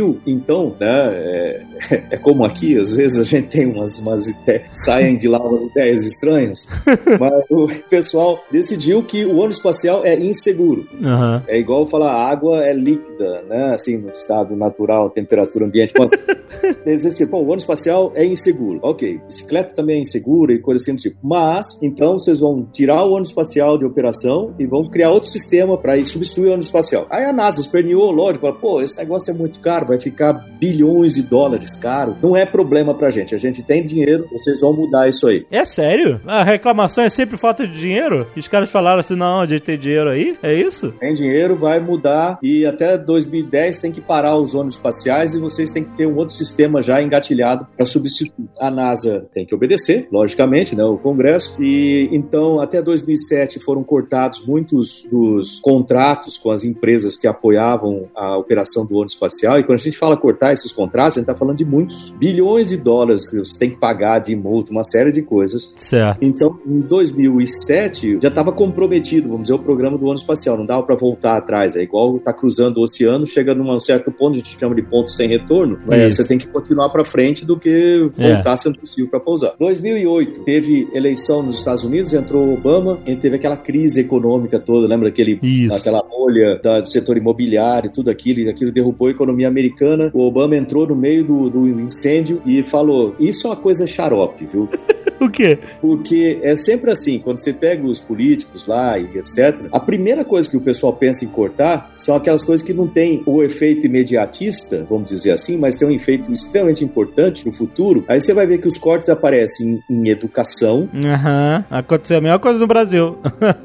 decidiu, então, né, é, é como aqui, às vezes a gente tem umas, umas ideias, saem de lá umas ideias estranhas, mas o pessoal decidiu que o ônibus espacial é inseguro. Uhum. É igual falar, a água é líquida, né, assim, no estado natural, temperatura ambiente. Eles dizem, pô, o ônibus espacial é inseguro. Ok, bicicleta também é insegura e coisa assim do tipo. Mas, então, vocês vão tirar o ônibus espacial de operação e vão criar outro sistema para substituir o ônibus espacial. Aí a NASA esperneou, lógico, falou, pô, esse negócio é muito caro, vai ficar bilhões de dólares caro. Não é problema pra gente, a gente tem dinheiro, vocês vão mudar isso aí. É sério? A reclamação é sempre falta de dinheiro? E os caras falaram assim, não, a gente tem dinheiro aí? É isso? Tem dinheiro, vai mudar e até dois mil e dez tem que parar os ônibus espaciais e vocês têm que ter um outro sistema já engatilhado para substituir. A NASA tem que obedecer, logicamente, né, o Congresso, e então até dois mil e sete foram cortados muitos dos contratos com as empresas que apoiavam a operação do ônibus espacial, e quando a gente fala cortar esses contratos, a gente está falando de muitos bilhões de dólares que você tem que pagar de multa, uma série de coisas. Certo. Então, em dois mil e sete, já estava comprometido, vamos dizer, o programa do ônibus espacial, não dava para voltar atrás, é igual tá cruzando o oceano, chega num certo ponto, a gente chama de ponto sem retorno, é, você tem que continuar para frente do que voltar é. sendo possível para pousar. dois mil e oito, teve eleição nos Estados Unidos, entrou Obama, e teve aquela crise econômica toda, lembra aquele, aquela bolha da, do setor imobiliário, tudo aquilo, aquilo derrubou a economia americana. O Obama entrou no meio do, do incêndio e falou, isso é uma coisa xarope, viu? O quê? Porque é sempre assim, quando você pega os políticos lá e etcétera, a primeira coisa que o pessoal pensa em cortar são aquelas coisas que não tem o efeito imediatista, vamos dizer assim, mas tem um efeito extremamente importante no futuro. Aí você vai ver que os cortes aparecem em, em educação. Aham, uhum. Aconteceu a mesma coisa no Brasil.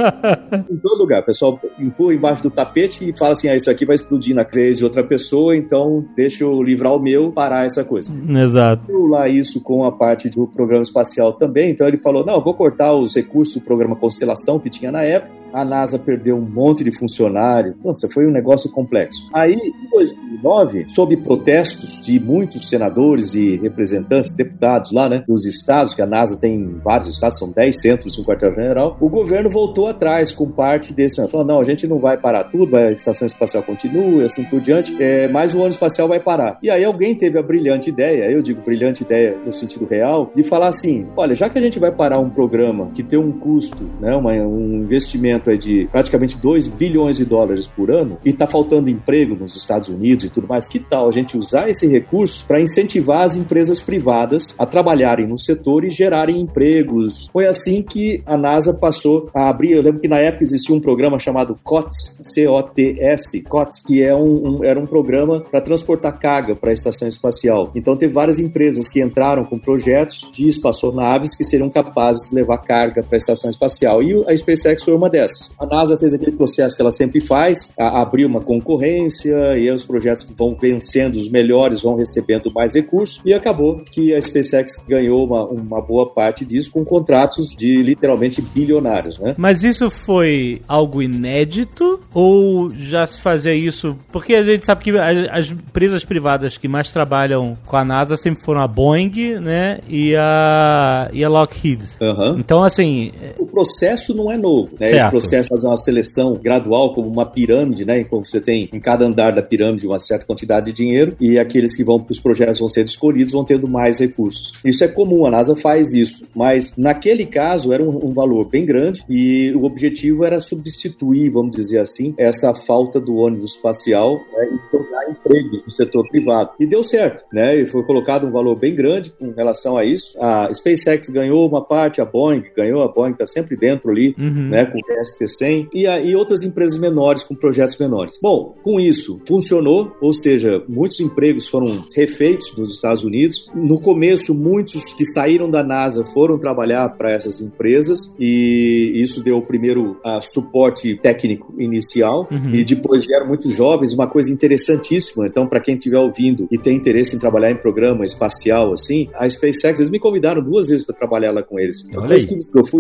Em todo lugar, o pessoal empurra embaixo do tapete e fala assim, ah, isso aqui vai explodir na crise de outra pessoa, então deixa eu livrar o meu, parar essa coisa. Exato. Eu lá isso com a parte do programa espacial também, então ele falou, não, eu vou cortar os recursos do programa Constelação que tinha na época. A NASA perdeu um monte de funcionário. Nossa, foi um negócio complexo. Aí, em dois mil e nove, sob protestos de muitos senadores e representantes, deputados lá, né, dos estados, que a NASA tem vários estados, são dez centros no quartel-general, o governo voltou atrás com parte desse... Falou, não, a gente não vai parar tudo, a estação espacial continua e assim por diante, é, mas o ônibus espacial vai parar. E aí alguém teve a brilhante ideia, eu digo brilhante ideia no sentido real, de falar assim, olha, já que a gente vai parar um programa que tem um custo, né, uma, um investimento é de praticamente dois bilhões de dólares por ano e está faltando emprego nos Estados Unidos e tudo mais, que tal a gente usar esse recurso para incentivar as empresas privadas a trabalharem no setor e gerarem empregos? Foi assim que a NASA passou a abrir. Eu lembro que na época existia um programa chamado COTS, C O T S, COTS, que é um, um, era um programa para transportar carga para a estação espacial. Então teve várias empresas que entraram com projetos de espaçonaves que seriam capazes de levar carga para a estação espacial, e a SpaceX foi uma dessas. A NASA fez aquele processo que ela sempre faz, a, abriu uma concorrência, e aí os projetos que vão vencendo, os melhores vão recebendo mais recursos, e acabou que a SpaceX ganhou uma, uma boa parte disso com contratos de literalmente bilionários, né? Mas isso foi algo inédito ou já se fazia isso? Porque a gente sabe que as, as empresas privadas que mais trabalham com a NASA sempre foram a Boeing, né, e a, e a Lockheed. Uhum. Então, assim... O processo não é novo, né? Certo. Esse processo fazer uma seleção gradual, como uma pirâmide, né? Como você tem em cada andar da pirâmide uma certa quantidade de dinheiro, e aqueles que vão para os projetos vão ser escolhidos, vão tendo mais recursos. Isso é comum, a NASA faz isso, mas naquele caso era um, um valor bem grande, e o objetivo era substituir, vamos dizer assim, essa falta do ônibus espacial, né, e tornar empregos no setor privado. E deu certo, né? E foi colocado um valor bem grande com relação a isso. A SpaceX ganhou uma parte, a Boeing ganhou, a Boeing está sempre dentro ali, uhum. né? Com o S T cem, e, a, e outras empresas menores com projetos menores. Bom, com isso, funcionou, ou seja, muitos empregos foram refeitos nos Estados Unidos. No começo, muitos que saíram da NASA foram trabalhar para essas empresas, e isso deu o primeiro uh, suporte técnico inicial, uhum. e depois vieram muitos jovens, uma coisa interessantíssima. Então, para quem estiver ouvindo e tem interesse em trabalhar em programa espacial, assim, a SpaceX, eles me convidaram duas vezes para trabalhar lá com eles. Eu fui lá visitar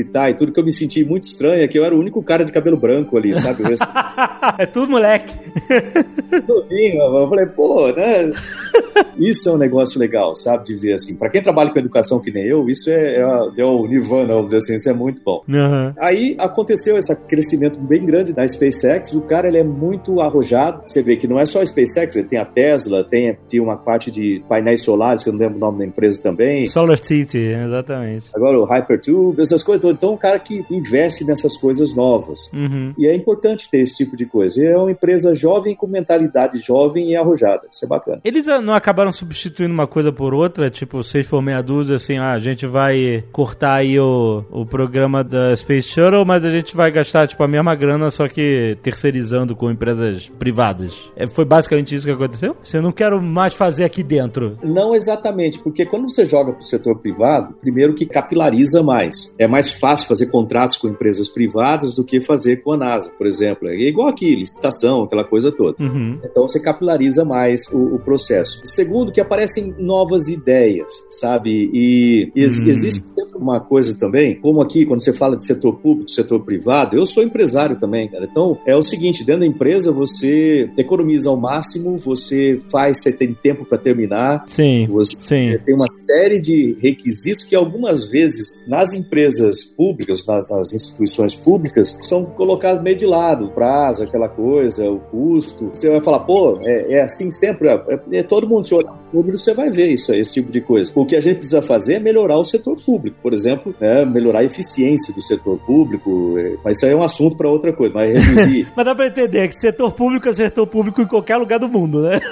visitar e tudo, que eu me senti muito estranho, é que eu era o único cara de cabelo branco ali, sabe? Eu... é tudo moleque. Eu falei, pô, né? Isso é um negócio legal, sabe? De ver assim. Pra quem trabalha com educação que nem eu, isso é, é, é o nirvana, vamos dizer assim, isso é muito bom. Uhum. Aí aconteceu esse crescimento bem grande da SpaceX. O cara, ele é muito arrojado. Você vê que não é só a SpaceX, ele tem a Tesla, tem, tem uma parte de painéis solares, que eu não lembro o nome da empresa também. Solar City, exatamente. Agora o Hypertube, essas coisas. Então, é um cara que investe nessas coisas novas. Uhum. E é importante ter esse tipo de coisa. É uma empresa jovem, com mentalidade jovem e arrojada. Isso é bacana. Eles não acabaram substituindo uma coisa por outra? Tipo, seis por meia dúzia, assim, ah, a gente vai cortar aí o, o programa da Space Shuttle, mas a gente vai gastar, tipo, a mesma grana, só que terceirizando com empresas privadas. É, foi basicamente isso que aconteceu? Você não quero mais fazer aqui dentro. Não exatamente, porque quando você joga pro setor privado, primeiro que capilariza mais. É mais fácil fazer contratos com empresas privadas do que fazer com a NASA, por exemplo. É igual aqui, licitação, aquela coisa toda. Uhum. Então você capilariza mais o, o processo. Segundo, que aparecem novas ideias, sabe? E, e hum. existe sempre uma coisa também, como aqui, quando você fala de setor público, setor privado, eu sou empresário também, cara. Então, é o seguinte, dentro da empresa você economiza ao máximo, você faz, você tem tempo para terminar. Sim, você sim. tem uma série de requisitos que algumas vezes, nas empresas públicas, nas, nas instituições públicas, são colocados meio de lado, o prazo, aquela coisa, o custo. Você vai falar, pô, é, é assim sempre, é, é, todo mundo se olha no número, você vai ver isso, esse tipo de coisa. O que a gente precisa fazer é melhorar o setor público, por exemplo, né, melhorar a eficiência do setor público, mas isso aí é um assunto para outra coisa, mas reduzir... mas dá para entender que setor público é setor público em qualquer lugar do mundo, né?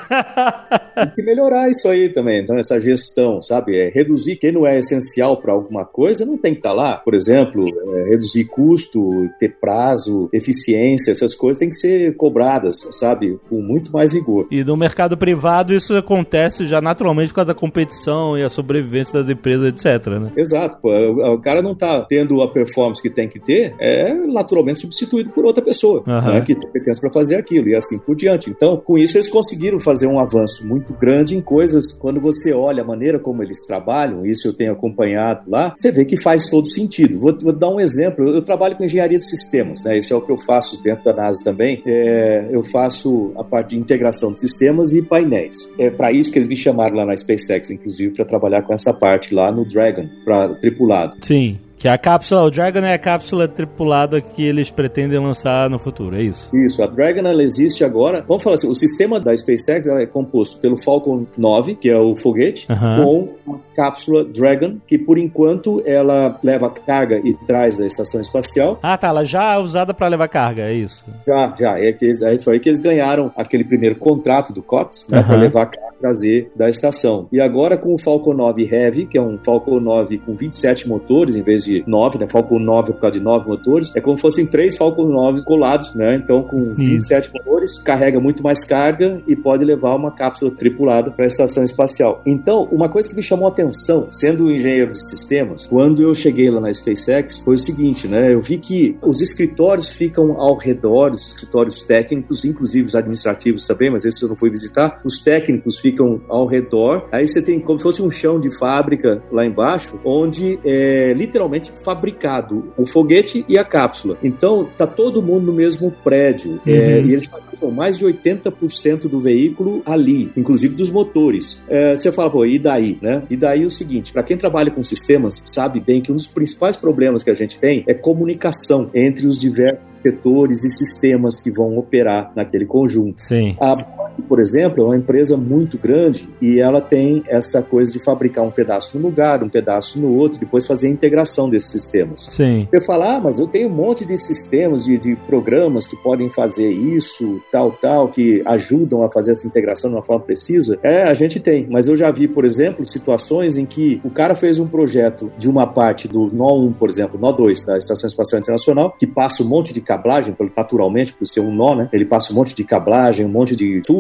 Tem que melhorar isso aí também, então essa gestão, sabe, é reduzir quem não é essencial para alguma coisa, não tem que estar lá, por exemplo, é, reduzir custo, ter prazo, eficiência, essas coisas têm que ser cobradas, sabe, com muito mais rigor. E no mercado privado isso acontece já naturalmente por causa da competição e a sobrevivência das empresas, etcétera, né? Exato, pô, o, o cara não tá tendo a performance que tem que ter, é naturalmente substituído por outra pessoa, uhum. né, que tem competência para fazer aquilo e assim por diante. Então, com isso eles conseguiram fazer um avanço muito grande em coisas, quando você olha a maneira como eles trabalham, isso eu tenho acompanhado lá, você vê que faz todo sentido. Vou, vou dar um exemplo, eu, eu trabalho com engenharia de sistemas, né, isso é o que eu faço dentro da NASA também, é, eu faço a parte de integração de sistemas e painéis. É para isso que eles me chamaram lá na SpaceX, inclusive, para trabalhar com essa parte lá no Dragon, para tripulado. Sim. Que a cápsula, o Dragon é a cápsula tripulada que eles pretendem lançar no futuro, é isso? Isso, a Dragon ela existe agora. Vamos falar assim, o sistema da SpaceX ela é composto pelo Falcon nove, que é o foguete, uhum. com a cápsula Dragon, que por enquanto ela leva carga e traz da estação espacial. Ah, tá, ela já é usada para levar carga, é isso? Já, já, é que eles, aí foi aí que eles ganharam aquele primeiro contrato do C O T S, né, uhum. para levar carga e trazer da estação. E agora com o Falcon nove Heavy, que é um Falcon nove com vinte e sete motores, em vez de nove, né? Falcon nove por causa de nove motores, é como se fossem três Falcon nove colados, né? Então, com vinte e sete Isso. motores, carrega muito mais carga e pode levar uma cápsula tripulada para a estação espacial. Então, uma coisa que me chamou a atenção, sendo engenheiro de sistemas, quando eu cheguei lá na SpaceX, foi o seguinte, né? Eu vi que os escritórios ficam ao redor, os escritórios técnicos, inclusive os administrativos também, mas esse eu não fui visitar, os técnicos ficam ao redor, aí você tem como se fosse um chão de fábrica lá embaixo, onde é literalmente fabricado o foguete e a cápsula. Então, tá todo mundo no mesmo prédio. Uhum. É, e eles fabricam mais de oitenta por cento do veículo ali, inclusive dos motores. É, você fala, pô, e daí, né? E daí é o seguinte, para quem trabalha com sistemas, sabe bem que um dos principais problemas que a gente tem é comunicação entre os diversos setores e sistemas que vão operar naquele conjunto. Sim. A por exemplo, é uma empresa muito grande e ela tem essa coisa de fabricar um pedaço num lugar, um pedaço no outro, depois fazer a integração desses sistemas. Sim. Você fala, ah, mas eu tenho um monte de sistemas, de, de programas que podem fazer isso, tal, tal, que ajudam a fazer essa integração de uma forma precisa. É, a gente tem, mas eu já vi, por exemplo, situações em que o cara fez um projeto de uma parte do nó um, por exemplo, nó dois da Estação Espacial Internacional, que passa um monte de cablagem, naturalmente, por ser um nó, né? Ele passa um monte de cablagem, um monte de tubo,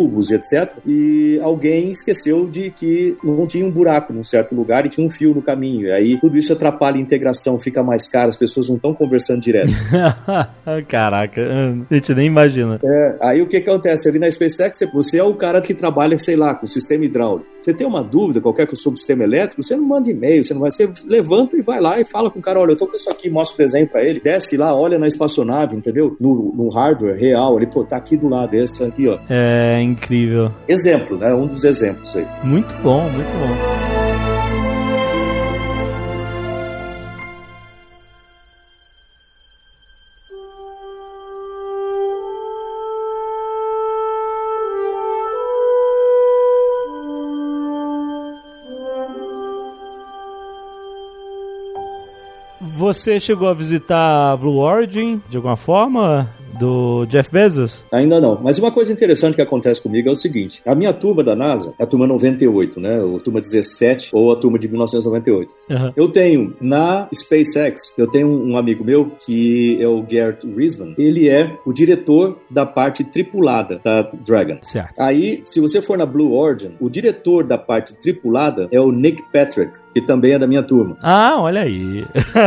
tubos, etcétera. E alguém esqueceu de que não tinha um buraco num certo lugar e tinha um fio no caminho. E aí tudo isso atrapalha a integração, fica mais caro, as pessoas não estão conversando direto. Caraca, a gente nem imagina. É, aí o que acontece? Ali na SpaceX, você é o cara que trabalha, sei lá, com o sistema hidráulico. Você tem uma dúvida qualquer sobre o sistema elétrico, você não manda e-mail, você não vai, você levanta e vai lá e fala com o cara, olha, eu tô com isso aqui, mostra o desenho pra ele, desce lá, olha na espaçonave, entendeu? No, no hardware real, ele, pô, tá aqui do lado, esse aqui, ó. É incrível. Exemplo, né? Um dos exemplos aí. Muito bom, muito bom. Você chegou a visitar a Blue Origin de alguma forma? Do Jeff Bezos? Ainda não. Mas uma coisa interessante que acontece comigo é o seguinte. A minha turma da NASA é a turma noventa e oito, né? Ou a turma dezessete, ou a turma de mil novecentos e noventa e oito. Uhum. Eu tenho, na SpaceX, eu tenho um amigo meu que é o Garrett Reisman. Ele é o diretor da parte tripulada da Dragon. Certo. Aí, se você for na Blue Origin, o diretor da parte tripulada é o Nick Patrick, que também é da minha turma. Ah, olha aí.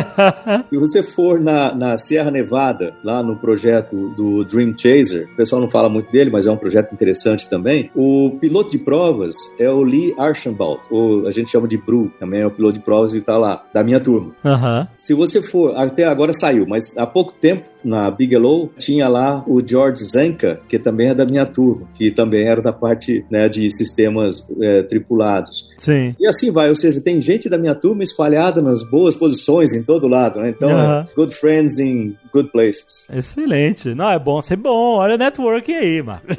Se você for na, na Sierra Nevada, lá no projeto do Dream Chaser, o pessoal não fala muito dele, mas é um projeto interessante também. O piloto de provas é o Lee Archambault, ou a gente chama de Bru, também é o piloto de provas e tá lá, da minha turma. Uhum. Se você for, até agora saiu, mas há pouco tempo, na Bigelow, tinha lá o George Zanka, que também é da minha turma, que também era da parte, né, de sistemas é, tripulados. Sim. E assim vai, ou seja, tem gente da minha turma espalhada nas boas posições em todo lado, né? Então, uhum. é good friends in good places. Excelente. Não, é bom ser bom. Olha o networking aí, Marcos.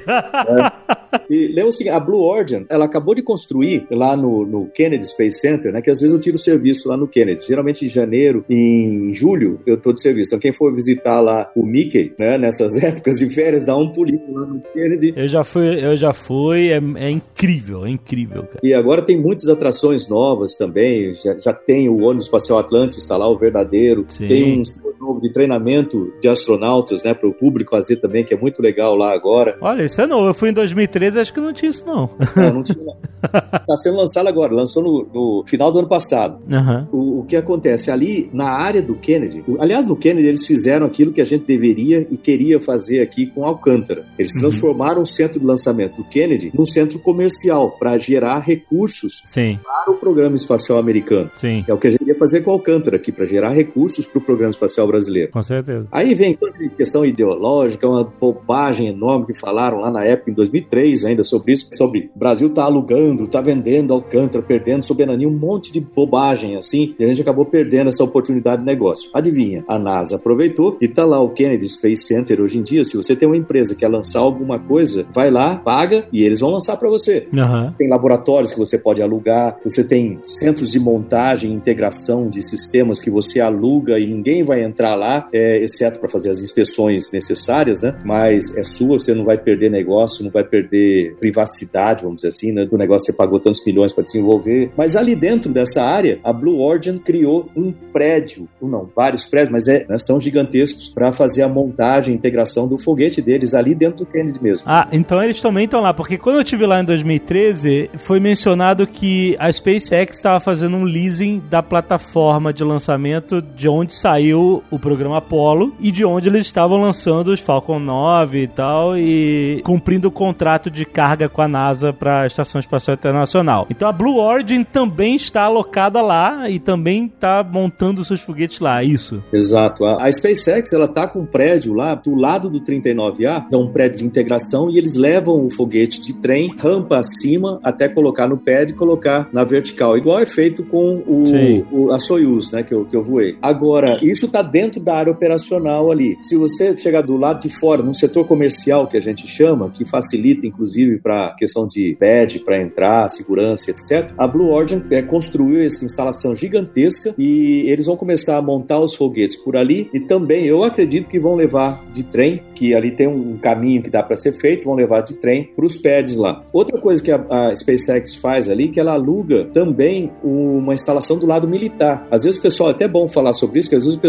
É. E lembra o seguinte, a Blue Origin, ela acabou de construir lá no, no Kennedy Space Center, né? Que às vezes eu tiro serviço lá no Kennedy. Geralmente em janeiro e em julho eu tô de serviço. Então quem for visitar lá o Mickey, né? Nessas épocas de férias, dá um pulinho lá no Kennedy. Eu já fui, eu já fui. É, é incrível, é incrível, cara. E agora tem muitas atrações novas também. Já, já tem o ônibus espacial Atlantis, está lá o verdadeiro. Sim. Tem um setor novo de treinamento de astronautas, né? Para o público fazer também, que é muito legal lá agora. Olha, isso é novo. Eu fui em dois mil e treze, acho que não tinha isso, não. Não, não tinha. Está sendo lançado agora. Lançou no, no final do ano passado. Uhum. O, o que acontece? Ali, na área do Kennedy, aliás, no Kennedy eles fizeram aquilo que a gente deveria e queria fazer aqui com Alcântara. Eles transformaram uhum. o centro de lançamento do Kennedy num centro comercial para gerar recursos Sim. para o programa espacial americano. Sim. É o que a gente ia fazer com Alcântara aqui, para gerar recursos para o programa espacial brasileiro. Com certeza. Aí vem toda a questão ideológica, uma bobagem enorme que falaram lá na época, em dois mil e três ainda, sobre isso, sobre o Brasil tá alugando, tá vendendo Alcântara, perdendo soberania, um monte de bobagem assim, e a gente acabou perdendo essa oportunidade de negócio. Adivinha? A NASA aproveitou e tá lá o Kennedy Space Center hoje em dia. Se você tem uma empresa que quer lançar alguma coisa, vai lá, paga e eles vão lançar para você. Uhum. Tem laboratórios que você pode alugar, você tem centros de montagem e integração de sistemas que você aluga e ninguém vai entrar lá, é, exceto para fazer as inspeções necessárias, né? Mas é sua, você não vai perder negócio, não vai perder privacidade, vamos dizer assim, né? Do negócio você pagou tantos milhões para desenvolver. Mas ali dentro dessa área, a Blue Origin criou um prédio, ou não, vários prédios, mas é, né, são gigantescos, para fazer a montagem e integração do foguete deles ali dentro do Kennedy mesmo. Ah, então eles também estão lá, porque quando eu estive lá em dois mil e treze, foi mencionado que a SpaceX estava fazendo um leasing da plataforma de lançamento de onde saiu o programa Apollo e de onde eles estavam lançando os Falcon nove e tal, e cumprindo o contrato de carga com a NASA para a Estação Espacial Internacional. Então a Blue Origin também está alocada lá e também está montando seus foguetes lá, é isso? Exato. A, a SpaceX, ela tá com um prédio lá do lado do trinta e nove A, é um prédio de integração, e eles levam o foguete de trem, rampa acima, até colocar no pad e colocar na vertical, igual é feito com o, o, a Soyuz, né, que eu, que eu voei. Agora, isso tá dentro da área operacional ali. Se você chegar do lado de fora, num setor comercial que a gente chama, que facilita inclusive para questão de pad, para entrar, segurança, etcétera, a Blue Origin é, construiu essa instalação gigantesca e eles vão começar a montar os foguetes por ali, e também eu acredito que vão levar de trem, que ali tem um caminho que dá para ser feito, vão levar de trem para os pads lá. Outra coisa que a, a SpaceX faz ali, que ela aluga também uma instalação do lado militar. Às vezes o pessoal, é até bom falar sobre isso, que às vezes o pessoal confunde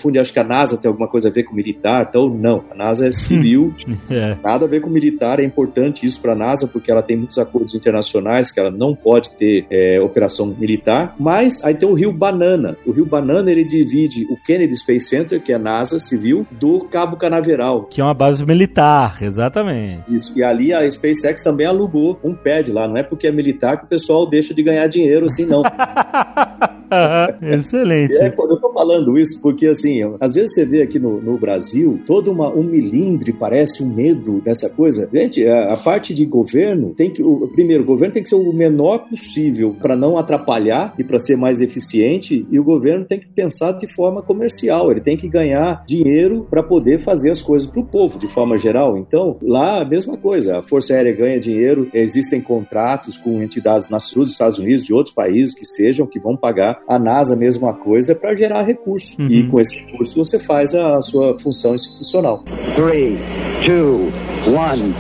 confunde, acho que a NASA tem alguma coisa a ver com militar, então não, a NASA é civil, é. Nada a ver com militar, é importante isso para a NASA, porque ela tem muitos acordos internacionais que ela não pode ter é, operação militar, mas aí tem o Rio Banana, o Rio Banana ele divide o Kennedy Space Center, que é a NASA civil, do Cabo Canaveral. Que é uma base militar, exatamente. Isso, e ali a SpaceX também alugou um pad lá, não é porque é militar que o pessoal deixa de ganhar dinheiro assim, não. Uhum, excelente. É, eu tô falando isso porque, assim, às vezes você vê aqui no, no Brasil todo uma, um milindre, parece um medo dessa coisa. Gente, a, a parte de governo tem que, o, primeiro, o governo tem que ser o menor possível para não atrapalhar e para ser mais eficiente, e o governo tem que pensar de forma comercial, ele tem que ganhar dinheiro para poder fazer as coisas para o povo, de forma geral. Então, lá a mesma coisa, a Força Aérea ganha dinheiro, existem contratos com entidades dos Estados Unidos, de outros países que sejam, que vão pagar. A NASA, a mesma coisa, para gerar recurso. Uhum. E com esse recurso você faz a, a sua função institucional. three, two, one,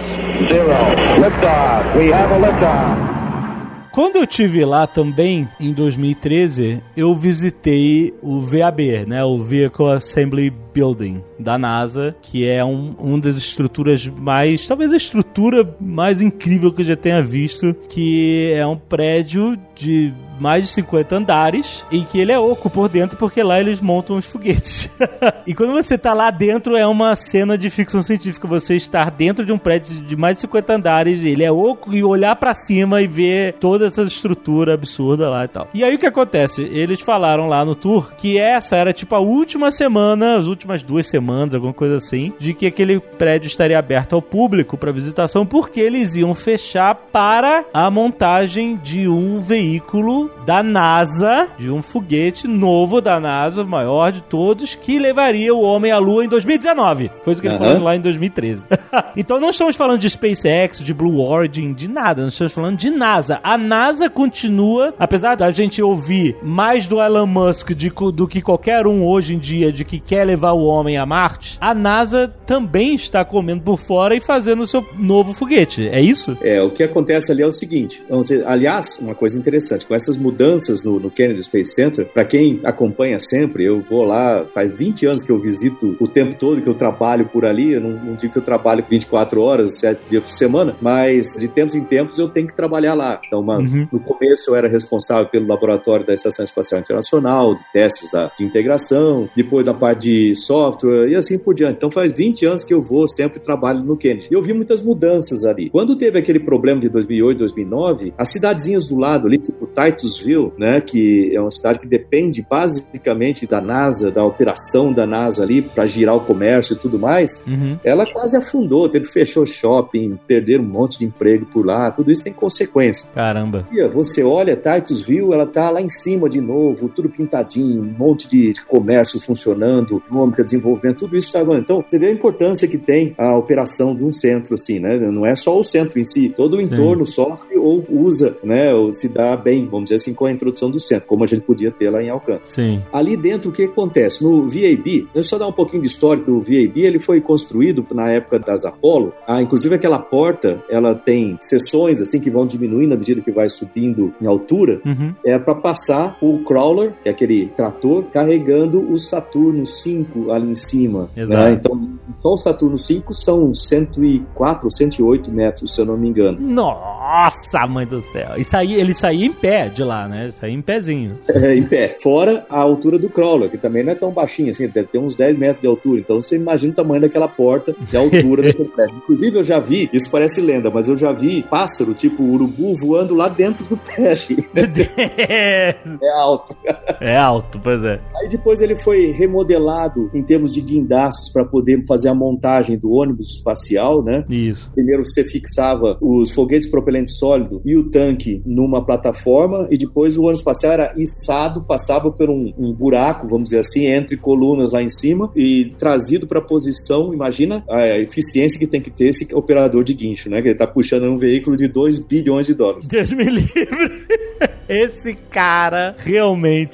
zero. Liftoff. We have a liftoff. Quando eu estive lá também, em dois mil e treze, eu visitei o V A B, né, o Vehicle Assembly Building da NASA, que é um, uma das estruturas mais, talvez a estrutura mais incrível que eu já tenha visto, que é um prédio de mais de cinquenta andares e que ele é oco por dentro porque lá eles montam os foguetes. E quando você tá lá dentro é uma cena de ficção científica, você estar dentro de um prédio de mais de cinquenta andares, ele é oco, e olhar pra cima e ver toda essa estrutura absurda lá e tal. E aí o que acontece? Eles falaram lá no tour que essa era tipo a última semana, as últimas duas semanas, alguma coisa assim, de que aquele prédio estaria aberto ao público para visitação, porque eles iam fechar para a montagem de um veículo da NASA, de um foguete novo da NASA, o maior de todos, que levaria o homem à Lua em dois mil e dezenove. Foi isso que ele uhum. falou lá em dois mil e treze. Então não estamos falando de SpaceX, de Blue Origin, de nada. Nós estamos falando de NASA. A NASA continua, apesar da gente ouvir mais do Elon Musk de, do que qualquer um hoje em dia, de que quer levar o homem a Marte, a NASA também está comendo por fora e fazendo o seu novo foguete. É isso? É, o que acontece ali é o seguinte. Aliás, uma coisa interessante, com essas mudanças no, no Kennedy Space Center, para quem acompanha sempre, eu vou lá, faz vinte anos que eu visito o tempo todo, que eu trabalho por ali, eu não, não digo que eu trabalho vinte e quatro horas, sete dias por semana, mas de tempos em tempos eu tenho que trabalhar lá. Então, uma, uhum. no começo eu era responsável pelo laboratório da Estação Espacial Internacional, de testes da, de integração, depois da parte de software e assim por diante. Então faz vinte anos que eu vou, sempre trabalho no Kennedy. E eu vi muitas mudanças ali. Quando teve aquele problema de dois mil e oito, dois mil e nove, as cidadezinhas do lado ali, tipo Titusville, né, que é uma cidade que depende basicamente da NASA, da operação da NASA ali para girar o comércio e tudo mais, uhum. ela quase afundou, teve fechou shopping, perderam um monte de emprego por lá, tudo isso tem consequência. Caramba. E você olha, Titusville, ela tá lá em cima de novo, tudo pintadinho, um monte de comércio funcionando, econômica, desenvolvimento, tudo isso está agora. Então, você vê a importância que tem a operação de um centro, assim, né? Não é só o centro em si, todo o entorno Sim. sofre ou usa, né? Ou se dá bem, vamos dizer assim, com a introdução do centro, como a gente podia ter lá em Alcântara. Sim. Ali dentro, o que acontece? No V A B, deixa eu só dar um pouquinho de história do V A B, ele foi construído na época das Apollo, ah, inclusive aquela porta, ela tem seções, assim, que vão diminuindo à medida que vai subindo em altura, uhum. é para passar o crawler, que é aquele trator, carregando o Saturno cinco ali em cima. Exato. Né? Então, só o Saturno cinco são cento e quatro, cento e oito metros, se eu não me engano. Nossa, mãe do céu! E saía, ele saía em pé de lá, né? Saía em pezinho. É, em pé. Fora a altura do crawler, que também não é tão baixinho assim, deve ter uns dez metros de altura. Então, você imagina o tamanho daquela porta de altura daquele prédio. Inclusive, eu já vi, isso parece lenda, mas eu já vi pássaro, tipo urubu, voando lá dentro do prédio. É alto. É alto, pois é. Aí depois ele foi remodelado em termos de guindastes para poder fazer a montagem do ônibus espacial, né? Isso. Primeiro você fixava os foguetes de propelente sólido e o tanque numa plataforma e depois o ônibus espacial era içado, passava por um, um buraco, vamos dizer assim, entre colunas lá em cima e trazido para a posição. Imagina a eficiência que tem que ter esse operador de guincho, né? Que ele tá puxando um veículo de dois bilhões de dólares. Deus me livre. Esse cara realmente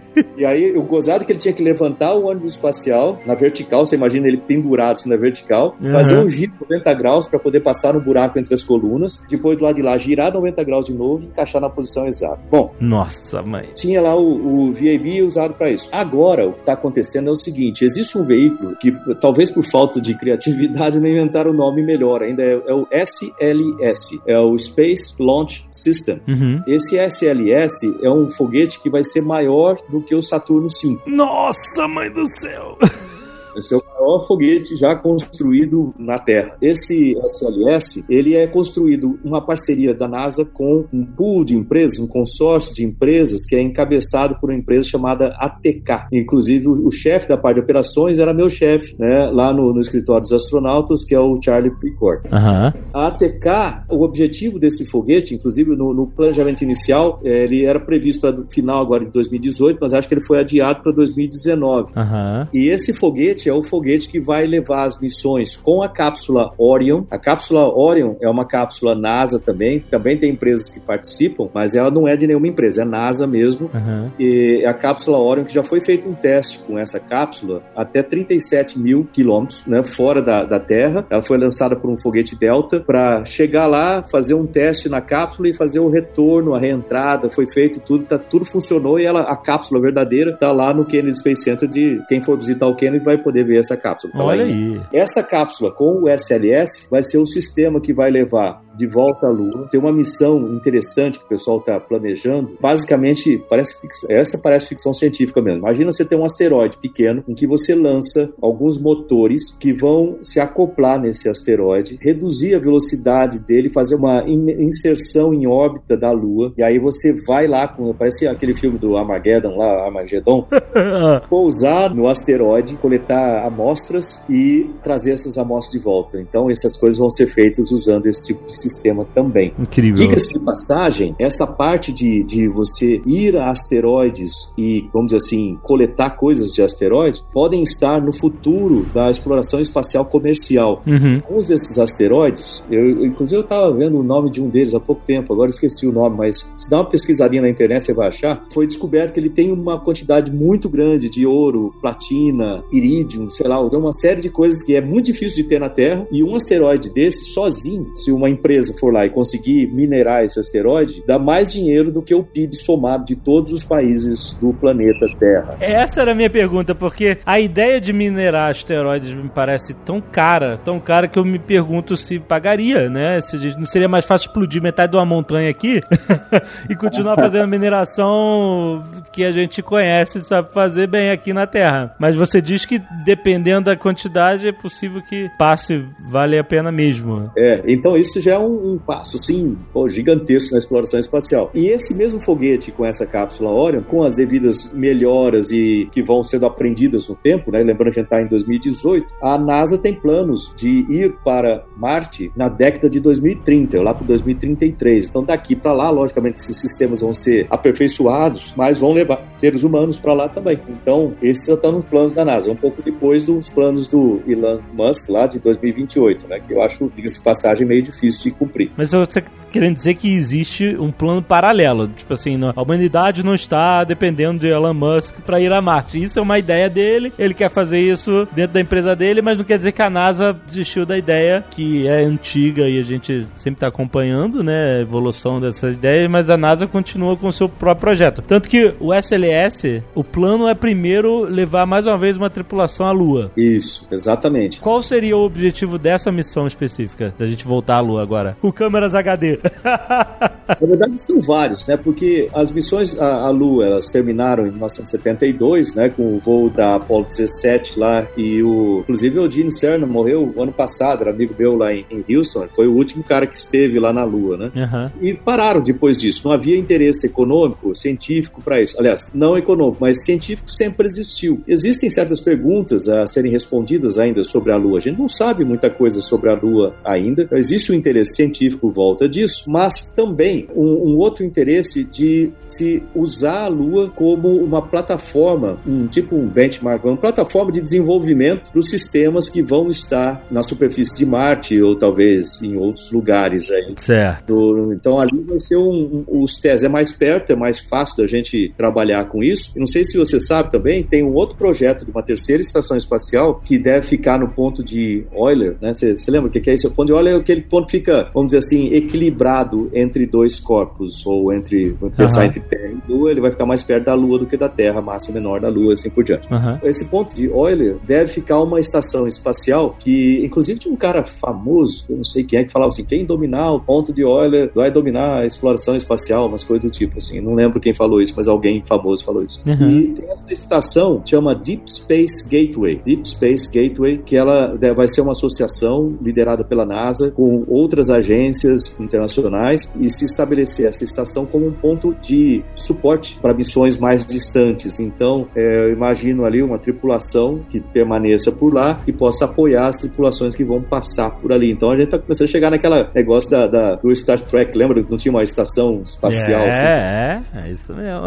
E aí, o gozado é que ele tinha que levantar o ônibus espacial na vertical, você imagina ele pendurado assim na vertical, uhum. fazer um giro noventa graus para poder passar no buraco entre as colunas, depois do lado de lá girar noventa graus de novo e encaixar na posição exata. Bom, nossa, mãe. Tinha lá o, o V A B usado para isso. Agora, o que está acontecendo é o seguinte, existe um veículo que, talvez por falta de criatividade, não inventaram o nome melhor, ainda é, é o S L S, é o Space Launch System. Uhum. Esse S L S é um foguete que vai ser maior do que o Saturno cinco. Nossa, mãe do céu! Esse é o maior foguete já construído na Terra. Esse S L S, ele é construído uma parceria da NASA com um pool de empresas, um consórcio de empresas que é encabeçado por uma empresa chamada A T K. Inclusive, o, o chefe da parte de operações era meu chefe, né, lá no, no escritório dos astronautas, que é o Charlie Precourt. Uhum. A A T K, o objetivo desse foguete, inclusive no, no planejamento inicial, ele era previsto para o final agora de dois mil e dezoito, mas acho que ele foi adiado para dois mil e dezenove. Uhum. E esse foguete é o foguete que vai levar as missões com a cápsula Orion. A cápsula Orion é uma cápsula NASA também, também tem empresas que participam, mas ela não é de nenhuma empresa, é NASA mesmo. Uhum. E a cápsula Orion, que já foi feito um teste com essa cápsula até trinta e sete mil quilômetros, né, fora da, da Terra. Ela foi lançada por um foguete Delta para chegar lá, fazer um teste na cápsula e fazer o retorno, a reentrada, foi feito tudo, tá, tudo funcionou e ela, a cápsula verdadeira está lá no Kennedy Space Center. De quem for visitar o Kennedy vai poder ver essa cápsula. Olha aí. Essa cápsula com o S L S vai ser o sistema que vai levar de volta à Lua. Tem uma missão interessante que o pessoal está planejando. Basicamente, parece ficção, essa parece ficção científica mesmo. Imagina você ter um asteroide pequeno em que você lança alguns motores que vão se acoplar nesse asteroide, reduzir a velocidade dele, fazer uma inserção em órbita da Lua, e aí você vai lá, com, parece aquele filme do Armageddon lá, Armageddon, pousar no asteroide, coletar amostras e trazer essas amostras de volta. Então, essas coisas vão ser feitas usando esse tipo de sistema também. Incrível. Diga-se de passagem, essa parte de, de você ir a asteroides e, vamos dizer assim, coletar coisas de asteroides, podem estar no futuro da exploração espacial comercial. Uhum. Alguns desses asteroides, eu, inclusive eu estava vendo o nome de um deles há pouco tempo, agora esqueci o nome, mas se dá uma pesquisadinha na internet você vai achar, foi descoberto que ele tem uma quantidade muito grande de ouro, platina, irídio, sei lá, uma série de coisas que é muito difícil de ter na Terra, e um asteroide desse, sozinho, se uma empresa for lá e conseguir minerar esse asteroide, dá mais dinheiro do que o P I B somado de todos os países do planeta Terra. Essa era a minha pergunta, porque a ideia de minerar asteroides me parece tão cara, tão cara que eu me pergunto se pagaria, né? Se não seria mais fácil explodir metade de uma montanha aqui e continuar fazendo a mineração que a gente conhece e sabe fazer bem aqui na Terra. Mas você diz que dependendo da quantidade é possível que passe, vale a pena mesmo. É, então isso já é um, um passo, assim, pô, gigantesco na exploração espacial. E esse mesmo foguete com essa cápsula Orion, com as devidas melhoras e que vão sendo aprendidas no tempo, né? Lembrando que a gente está em dois mil e dezoito, a NASA tem planos de ir para Marte na década de dois mil e trinta, lá para dois mil e trinta e três. Então daqui para lá, logicamente, esses sistemas vão ser aperfeiçoados, mas vão levar seres humanos para lá também. Então, esses estão nos planos da NASA, um pouco depois dos planos do Elon Musk, lá de dois mil e vinte e oito, né? Que eu acho, diga-se passagem, meio difícil de cumprir. Mas você querendo dizer que existe um plano paralelo, tipo assim, não, a humanidade não está dependendo de Elon Musk para ir a Marte. Isso é uma ideia dele, ele quer fazer isso dentro da empresa dele, mas não quer dizer que a NASA desistiu da ideia, que é antiga e a gente sempre está acompanhando, né, a evolução dessas ideias, mas a NASA continua com o seu próprio projeto. Tanto que o S L S, o plano é primeiro levar mais uma vez uma tripulação à Lua. Isso, exatamente. Qual seria o objetivo dessa missão específica, da gente voltar à Lua agora? Com câmeras H D. Na verdade são vários, né? Porque as missões à, à Lua, elas terminaram em mil novecentos e setenta e dois, né? Com o voo da Apollo dezessete lá, e o... Inclusive o Gene Cernan morreu ano passado, era amigo meu lá em, em Houston, foi o último cara que esteve lá na Lua, né? Uhum. E pararam depois disso, não havia interesse econômico, científico para isso. Aliás, não econômico, mas científico sempre existiu. Existem certas perguntas a serem respondidas ainda sobre a Lua. A gente não sabe muita coisa sobre a Lua ainda. Existe um interesse científico em volta disso, isso, mas também um, um outro interesse de se usar a Lua como uma plataforma, um tipo um benchmark, uma plataforma de desenvolvimento para os sistemas que vão estar na superfície de Marte ou talvez em outros lugares aí. Certo. Então ali vai ser um, um, os testes, é mais perto, é mais fácil da gente trabalhar com isso. E não sei se você sabe também, tem um outro projeto de uma terceira estação espacial que deve ficar no ponto de Euler, né? Você lembra o que é isso? O ponto de Euler é aquele ponto que fica, vamos dizer assim, equilibrado entre dois corpos, ou entre, vamos pensar, uhum. entre Terra e Lua, ele vai ficar mais perto da Lua do que da Terra, a massa menor da Lua, assim por diante. Uhum. Esse ponto de Euler deve ficar uma estação espacial que, inclusive, tinha um cara famoso, eu não sei quem é, que falava assim, quem dominar o ponto de Euler vai dominar a exploração espacial, umas coisas do tipo, assim. Não lembro quem falou isso, mas alguém famoso falou isso. Uhum. E tem essa estação, chama Deep Space Gateway. Deep Space Gateway, que ela vai ser uma associação liderada pela NASA com outras agências internacionais e se estabelecer essa estação como um ponto de suporte para missões mais distantes. Então, é, eu imagino ali uma tripulação que permaneça por lá e possa apoiar as tripulações que vão passar por ali. Então, a gente está começando a chegar naquela negócio da, da, do Star Trek, lembra? Não tinha uma estação espacial? É, assim? é, é isso mesmo.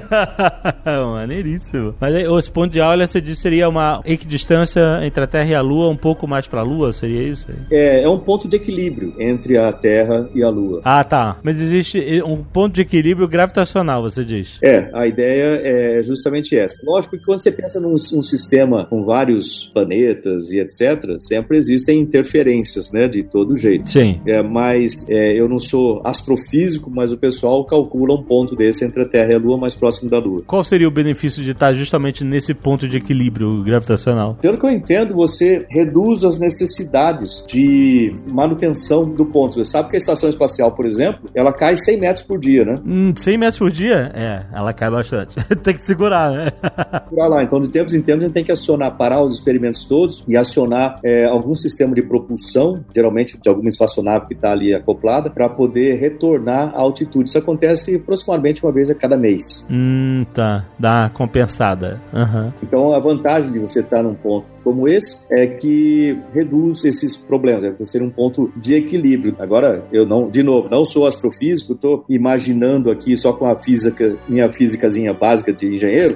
Maneiríssimo. Mas aí, os pontos de Euler, você disse, seria uma equidistância entre a Terra e a Lua, um pouco mais para a Lua, seria isso? É, é um ponto de equilíbrio entre a Terra e a Lua. Ah, tá. Mas existe um ponto de equilíbrio gravitacional, você diz? É, a ideia é justamente essa. Lógico que quando você pensa num um sistema com vários planetas e etcétera, sempre existem interferências, né, de todo jeito. Sim. É, mas é, eu não sou astrofísico, mas o pessoal calcula um ponto desse entre a Terra e a Lua mais próximo da Lua. Qual seria o benefício de estar justamente nesse ponto de equilíbrio gravitacional? Pelo que eu entendo, você reduz as necessidades de manutenção do ponto. Você sabe que a estação espacial, por exemplo, ela cai cem metros por dia, né? Hum, cem metros por dia? É, ela cai bastante. Tem que segurar, né? Segurar lá. Então, de tempos em tempos, a gente tem que acionar, parar os experimentos todos e acionar é, algum sistema de propulsão, geralmente de alguma espaçonave que está ali acoplada, para poder retornar à altitude. Isso acontece aproximadamente uma vez a cada mês. Hum, tá. Dá uma compensada. Uhum. Então, a vantagem de você estar num ponto como esse é que reduz esses problemas, é ser um ponto de equilíbrio. Agora, eu não, de novo, não sou astrofísico, estou imaginando aqui só com a física, minha físicazinha básica de engenheiro.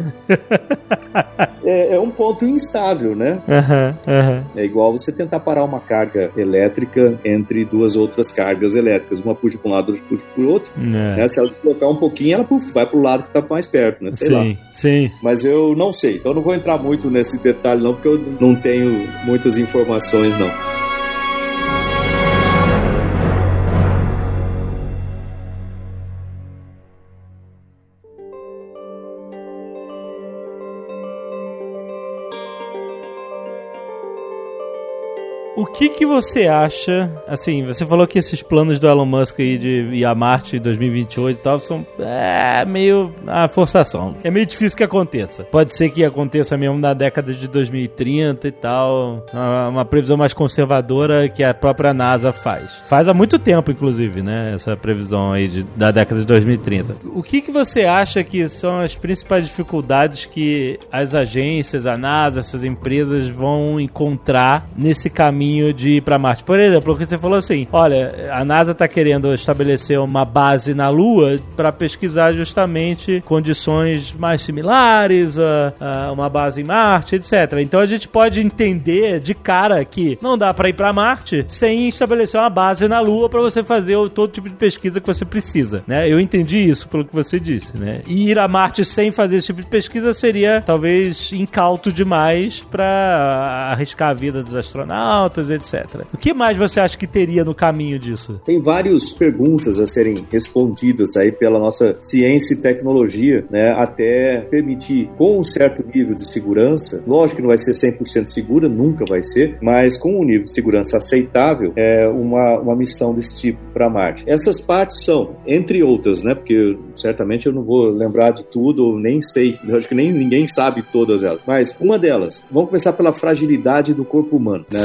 é, é um ponto instável, né? Uhum, uhum. É igual você tentar parar uma carga elétrica entre duas outras cargas elétricas, uma puxa para um lado, outra puxa para o outro. É. Né? Se ela deslocar um pouquinho, ela puf, vai para o lado que está mais perto, né? Sei sim, lá. Sim. Mas eu não sei, então eu não vou entrar muito nesse detalhe não, porque eu não tenho muitas informações não. O que que você acha, assim, você falou que esses planos do Elon Musk aí de ir a Marte em dois mil e vinte e oito e tal, são é, meio a forçação. É meio difícil que aconteça. Pode ser que aconteça mesmo na década de dois mil e trinta e tal, uma, uma previsão mais conservadora que a própria NASA faz. Faz há muito tempo, inclusive, né, essa previsão aí de, da década de dois mil e trinta. O que que você acha que são as principais dificuldades que as agências, a NASA, essas empresas vão encontrar nesse caminho de ir para Marte? Por exemplo, o que você falou assim, olha, a NASA está querendo estabelecer uma base na Lua para pesquisar justamente condições mais similares a, a uma base em Marte, etcétera. Então a gente pode entender de cara que não dá para ir para Marte sem estabelecer uma base na Lua para você fazer todo tipo de pesquisa que você precisa, né? Eu entendi isso pelo que você disse, né? E ir a Marte sem fazer esse tipo de pesquisa seria talvez incauto demais para arriscar a vida dos astronautas, etcétera. O que mais você acha que teria no caminho disso? Tem várias perguntas a serem respondidas aí pela nossa ciência e tecnologia, né, até permitir, com um certo nível de segurança, lógico que não vai ser cem por cento segura, nunca vai ser, mas com um nível de segurança aceitável, é uma, uma missão desse tipo para Marte. Essas partes são, entre outras, né, porque certamente eu não vou lembrar de tudo, ou nem sei, eu acho que nem ninguém sabe todas elas, mas uma delas, vamos começar pela fragilidade do corpo humano, né? Então,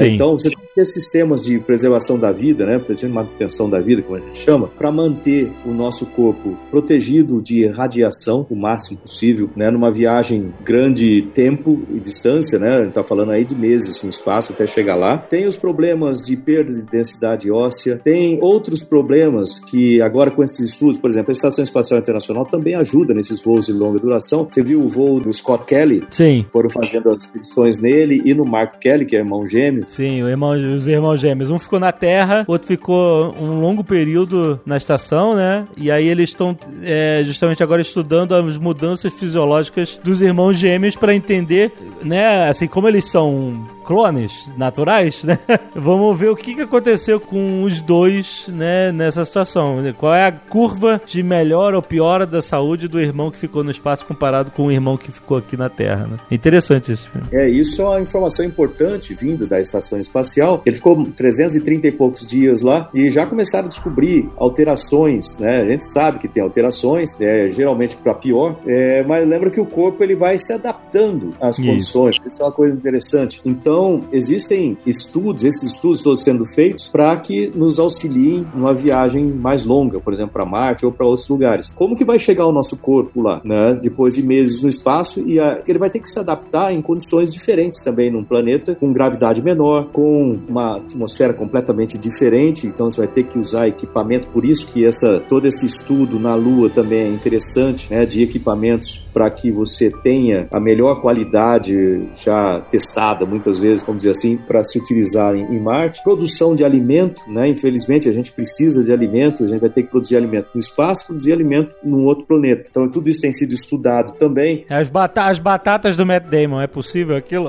você tem que ter sistemas de preservação da vida, né, de manutenção da vida, como a gente chama, para manter o nosso corpo protegido de radiação o máximo possível, né, numa viagem grande tempo e distância, né, a gente tá falando aí de meses no espaço até chegar lá. Tem os problemas de perda de densidade óssea, tem outros problemas que agora com esses estudos, por exemplo, a Estação Espacial Internacional também ajuda nesses voos de longa duração. Você viu o voo do Scott Kelly? Sim. Foram fazendo as expedições nele e no Mark Kelly, que é irmão gêmeo. Sim, o irmão, os irmãos gêmeos. Um ficou na Terra, outro ficou um longo período na estação, né? E aí eles estão é, justamente agora estudando as mudanças fisiológicas dos irmãos gêmeos para entender, né? Assim, como eles são clones naturais, né? Vamos ver o que aconteceu com os dois, né, nessa situação. Qual é a curva de melhora ou piora da saúde do irmão que ficou no espaço comparado com o irmão que ficou aqui na Terra, né? Interessante esse filme. É, isso é uma informação importante vindo da estação espacial. Ele ficou trezentos e trinta e poucos dias lá e já começaram a descobrir alterações, né? A gente sabe que tem alterações, é, geralmente para pior, é, mas lembra que o corpo ele vai se adaptando às isso. condições. Isso é uma coisa interessante. Então, Então, existem estudos, esses estudos estão sendo feitos para que nos auxiliem numa viagem mais longa, por exemplo, para Marte ou para outros lugares. Como que vai chegar o nosso corpo lá, né? Depois de meses no espaço, e a, ele vai ter que se adaptar em condições diferentes também num planeta com gravidade menor, com uma atmosfera completamente diferente, então você vai ter que usar equipamento, por isso que essa, todo esse estudo na Lua também é interessante, né? De equipamentos para que você tenha a melhor qualidade já testada muitas vezes, vamos dizer assim, para se utilizar em, em Marte. Produção de alimento, né? Infelizmente a gente precisa de alimento, a gente vai ter que produzir alimento no espaço, produzir alimento num outro planeta. Então tudo isso tem sido estudado também. As, bata- as batatas do Matt Damon, é possível aquilo?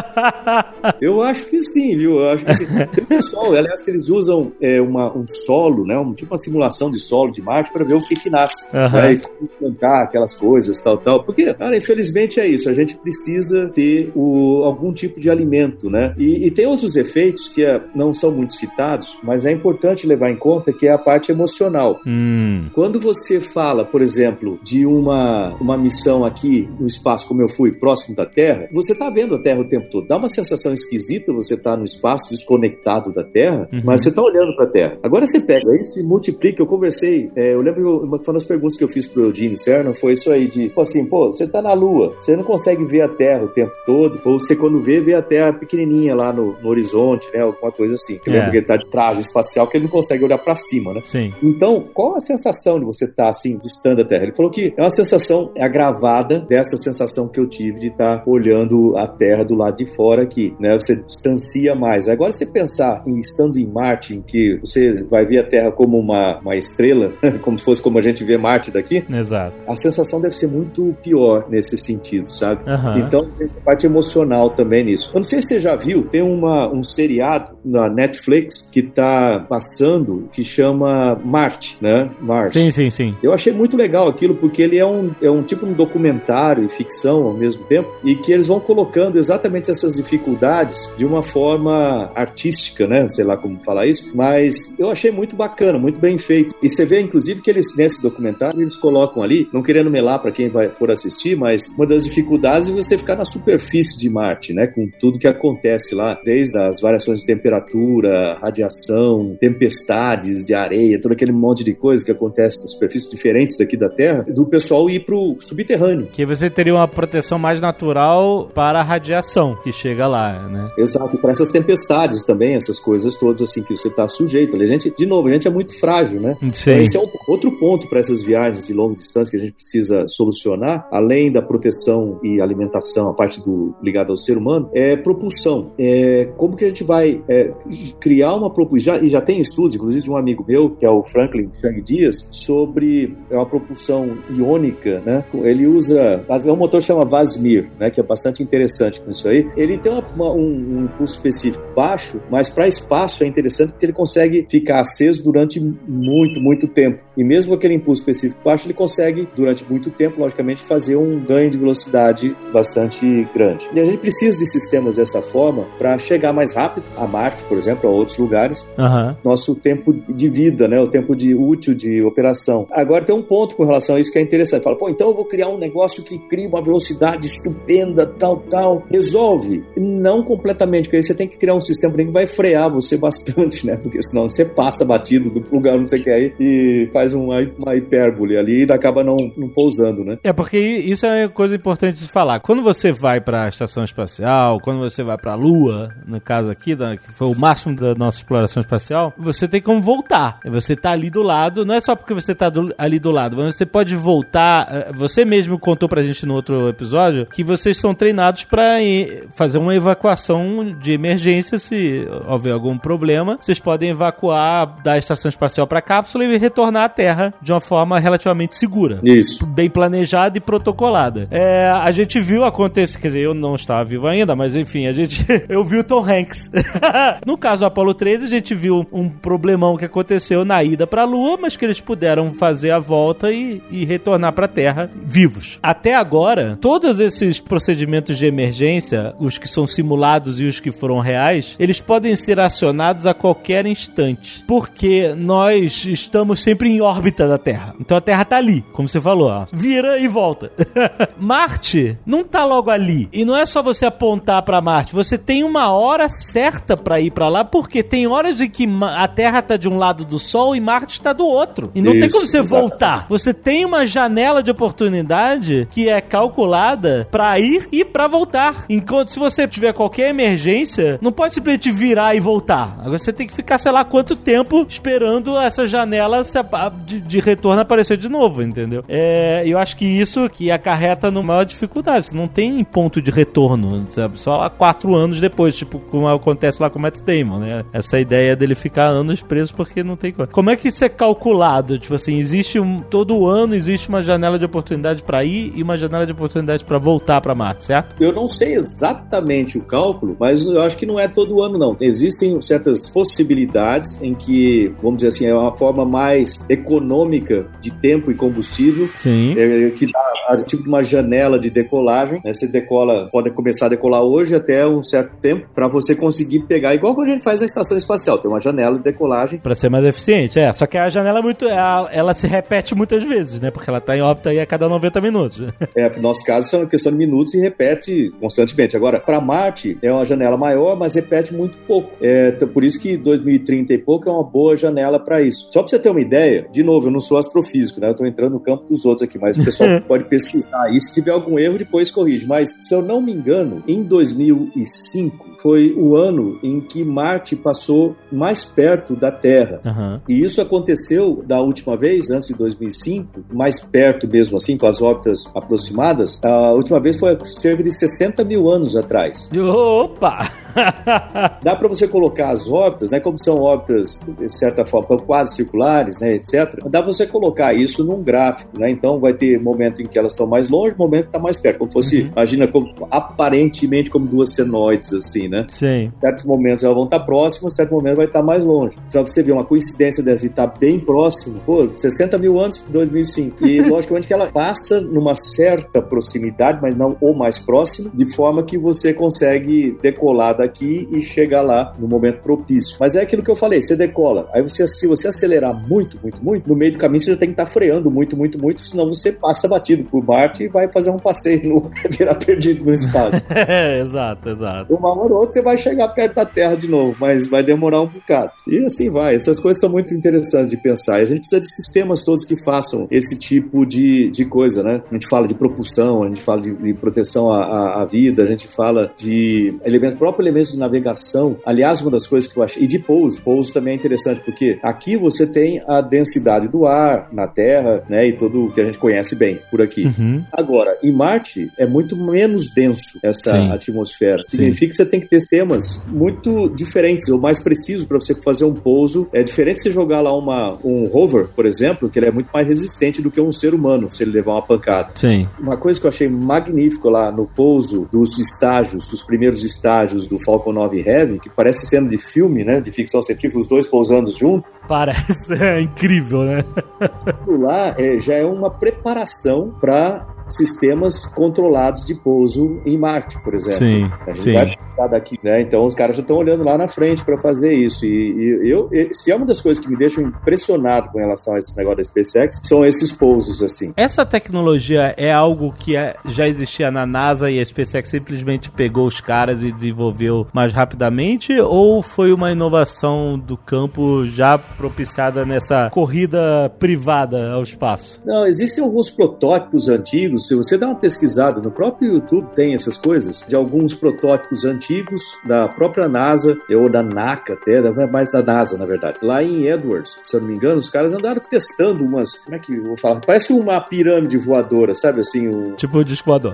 Eu acho que sim, viu? Eu acho que sim. Tem um pessoal, aliás, que eles usam é, uma, um solo, né? Um, tipo uma simulação de solo de Marte para ver o que que nasce. Uhum. Né? E como plantar aquelas coisas, tal, tal. Porque, cara, infelizmente é isso. A gente precisa ter o, algum tipo de alimento, né? E, e tem outros efeitos que é, não são muito citados, mas é importante levar em conta que é a parte emocional. Hum. Quando você fala, por exemplo, de uma, uma missão aqui no espaço, como eu fui, próximo da Terra, você tá vendo a Terra o tempo todo. Dá uma sensação esquisita você tá no espaço desconectado da Terra, uhum. mas você tá olhando pra Terra. Agora você pega isso e multiplica. Eu conversei, é, eu lembro uma, uma das perguntas que eu fiz pro Eugene Cernan foi isso aí de, tipo assim, pô, você tá na Lua, você não consegue ver a Terra o tempo todo, ou você quando vê, vê a Terra pequenininha lá no, no horizonte, né, alguma coisa assim. Eu lembro que ele tá de traje espacial, que ele não consegue olhar pra cima, né? Sim. Então, qual a sensação de você estar, assim, distante da Terra? Ele falou que é uma sensação agravada dessa sensação que eu tive de estar olhando a Terra do lado de fora aqui, né? Você distancia mais. Agora, você pensar em estando em Marte, em que você vai ver a Terra como uma, uma estrela, como se fosse como a gente vê Marte daqui. Exato. A sensação deve ser muito pior nesse sentido, sabe? Uhum. Então, tem essa parte emocional também nisso. Eu não sei se você já viu, tem uma, um seriado na Netflix que tá passando, que chama Marte, né? Marte. Sim, sim, sim. Eu achei muito legal aquilo, porque ele é um, é um tipo de um documentário e ficção ao mesmo tempo, e que eles vão colocando exatamente essas dificuldades de uma forma artística, né? Sei lá como falar isso, mas eu achei muito bacana, muito bem feito. E você vê, inclusive, que eles, nesse documentário, eles colocam ali, não querendo melar para quem vai for assistir, mas uma das dificuldades é você ficar na superfície de Marte, né? Com tudo que acontece lá, desde as variações de temperatura, radiação, tempestades de areia, todo aquele monte de coisa que acontece nas superfícies diferentes daqui da Terra, do pessoal ir pro subterrâneo. Que você teria uma proteção mais natural para a radiação que chega lá, né? Exato, e para essas tempestades também, essas coisas todas assim que você tá sujeito. A gente, de novo, a gente é muito frágil, né? Sim. Então, esse é um outro ponto para essas viagens de longa distância que a gente precisa solucionar, além da proteção e alimentação, a parte do ligada ao ser humano, é propulsão. É, como que a gente vai é, criar uma propulsão, e já tem estudos, inclusive de um amigo meu, que é o Franklin Chang Dias, sobre uma propulsão iônica, né? Ele usa, é um motor que chama Vasmir, né? Que é bastante interessante com isso aí. Ele tem uma, uma, um, um impulso específico baixo, mas para espaço é interessante porque ele consegue ficar aceso durante muito, muito tempo. e mesmo aquele impulso específico baixo, ele consegue, durante muito tempo, logicamente, fazer um ganho de velocidade bastante grande. E a gente precisa de sistemas dessa forma para chegar mais rápido a Marte, por exemplo, a outros lugares. Uhum. Nosso tempo de vida, né? O tempo de útil de operação. Agora tem um ponto com relação a isso que é interessante. Fala, pô, então eu vou criar um negócio que cria uma velocidade estupenda, tal, tal. Resolve? Não completamente, porque aí você tem que criar um sistema que vai frear você bastante, né? Porque senão você passa batido do lugar onde você quer ir e faz uma, uma hipérbole ali e acaba não, não pousando, né? É, porque isso é uma coisa importante de falar. Quando você vai para a estação espacial, quando você vai para a Lua, no caso aqui, da, que foi o máximo da nossa exploração espacial, você tem como voltar. Você tá ali do lado, não é só porque você tá do, ali do lado, mas você pode voltar. Você mesmo contou pra gente no outro episódio que vocês são treinados para fazer uma evacuação de emergência se houver algum problema. Vocês podem evacuar da estação espacial para a cápsula e retornar à Terra de uma forma relativamente segura. Isso. Bem planejada e protocolada. É, a gente viu acontecer, quer dizer, eu não estava vivo ainda, mas enfim, a gente, eu vi o Tom Hanks. No caso do Apollo treze, a gente viu um problemão que aconteceu na ida para a Lua, mas que eles puderam fazer a volta e, e retornar para a Terra vivos. Até agora, todos esses procedimentos de emergência, os que são simulados e os que foram reais, eles podem ser acionados a qualquer instante, porque nós estamos sempre em órbita da Terra. Então a Terra tá ali, como você falou, ó, vira e volta. Marte não tá logo ali. E não é só você apontar para Marte, você tem uma hora certa para ir para lá, porque tem horas em que a Terra tá de um lado do Sol e Marte tá do outro. E não Isso, tem como você exatamente. voltar. Você tem uma janela de oportunidade que é calculada para ir e para voltar. Enquanto se você tiver qualquer emergência, não pode simplesmente virar e voltar. Agora você tem que ficar, sei lá, quanto tempo esperando essa janela de, de retorno aparecer de novo, entendeu? É, eu acho que isso que acarreta numa maior dificuldade. Você não tem ponto de retorno, sabe? Só lá quatro anos depois, tipo, como acontece lá com o Matt Damon, né? Essa ideia dele ficar anos preso porque não tem coisa. Como é que isso é calculado? Tipo assim, existe um... Todo ano existe uma janela de oportunidade pra ir e uma janela de oportunidade pra voltar pra Marte, certo? Eu não sei exatamente o cálculo, mas eu acho que não é todo ano, não. Existem certas possibilidades em que, vamos dizer assim, é uma forma mais econômica de tempo e combustível. Sim. É, que dá tipo de uma janela de decolagem, né? Você decola, pode começar a decolar hoje até um certo tempo para você conseguir pegar, igual quando a gente faz na estação espacial, tem uma janela de decolagem. Para ser mais eficiente, é. Só que a janela é muito, ela, ela se repete muitas vezes, né? Porque ela tá em órbita aí a cada noventa minutos. É, no nosso caso, é uma questão de minutos e repete constantemente. Agora, para Marte, é uma janela maior, mas repete muito pouco. É, por isso que dois mil e trinta e pouco é uma boa janela para isso. Só para você ter uma ideia, de novo, eu não sou astrofísico, né? Eu tô entrando no campo dos outros aqui, mas o pessoal pode pesquisar aí. Se tiver algum erro, depois corrige. Mas, se eu não me engano, em dois mil e cinco foi o ano em que Marte passou mais perto da Terra. Uhum. E isso aconteceu da última vez, antes de dois mil e cinco, mais perto mesmo assim, com as órbitas aproximadas. A última vez foi cerca de sessenta mil anos atrás. Opa! Dá para você colocar as órbitas, né, como são órbitas, de certa forma, quase circulares, né, etcétera. Dá para você colocar isso num gráfico, né? Então vai ter momento em que elas estão mais longe, momento que está mais perto. Como fosse, uhum. imagina, como, aparentemente como duas senoides, assim, né? Sim. Em certos momentos elas vão estar próximas, em certos momentos vai estar mais longe. Então você vê uma coincidência dessa e estar bem próximo, pô, sessenta mil anos em dois mil e cinco. E logicamente que ela passa numa certa proximidade, mas não o mais próximo, de forma que você consegue decolar daqui e chegar lá no momento propício. Mas é aquilo que eu falei, você decola. Aí você, se você acelerar muito, muito, muito, no meio do caminho você já tem que estar freando muito, muito, muito, senão você passa batido por Marte e vai fazer um passeio, no, virar perdido no espaço. É, exato, exato. Uma hora ou outra você vai chegar perto da Terra de novo, mas vai demorar um bocado. E assim vai. Essas coisas são muito interessantes de pensar. E a gente precisa de sistemas todos que façam esse tipo de, de coisa, né? A gente fala de propulsão, a gente fala de, de proteção à, à, à vida, a gente fala de elementos, próprios elementos de navegação. Aliás, uma das coisas que eu achei... E de pouso. Pouso também é interessante, porque aqui você tem a densidade do ar na Terra, né? E tudo o que a gente conhece bem por aqui. Uhum. Agora, em Marte é muito menos denso essa Sim. atmosfera. Sim. Significa que você tem que ter sistemas muito diferentes, ou mais precisos para você fazer um pouso. É diferente você jogar lá uma, um rover, por exemplo, que ele é muito mais resistente do que um ser humano, se ele levar uma pancada. Sim. Uma coisa que eu achei magnífico lá no pouso dos estágios, dos primeiros estágios do Falcon nove Heavy, que parece cena de filme, né, de ficção científica, os dois pousando juntos. Parece, é incrível, né? Lá é, já é uma preparação para sistemas controlados de pouso em Marte, por exemplo. Sim, a gente sim. vai precisar daqui, né? Então os caras já estão olhando lá na frente para fazer isso. E, e eu, e, se é uma das coisas que me deixam impressionado com relação a esse negócio da SpaceX, são esses pousos assim. Essa tecnologia é algo que é, já existia na NASA e a SpaceX simplesmente pegou os caras e desenvolveu mais rapidamente, ou foi uma inovação do campo já propiciada nessa corrida privada ao espaço? Não, existem alguns protótipos antigos. Se você dá uma pesquisada no próprio YouTube, tem essas coisas, de alguns protótipos antigos da própria NASA, ou da NACA até, mais da NASA, na verdade. Lá em Edwards, se eu não me engano, os caras andaram testando umas, como é que eu vou falar? Parece uma pirâmide voadora, sabe assim? Um... Tipo o disco voador.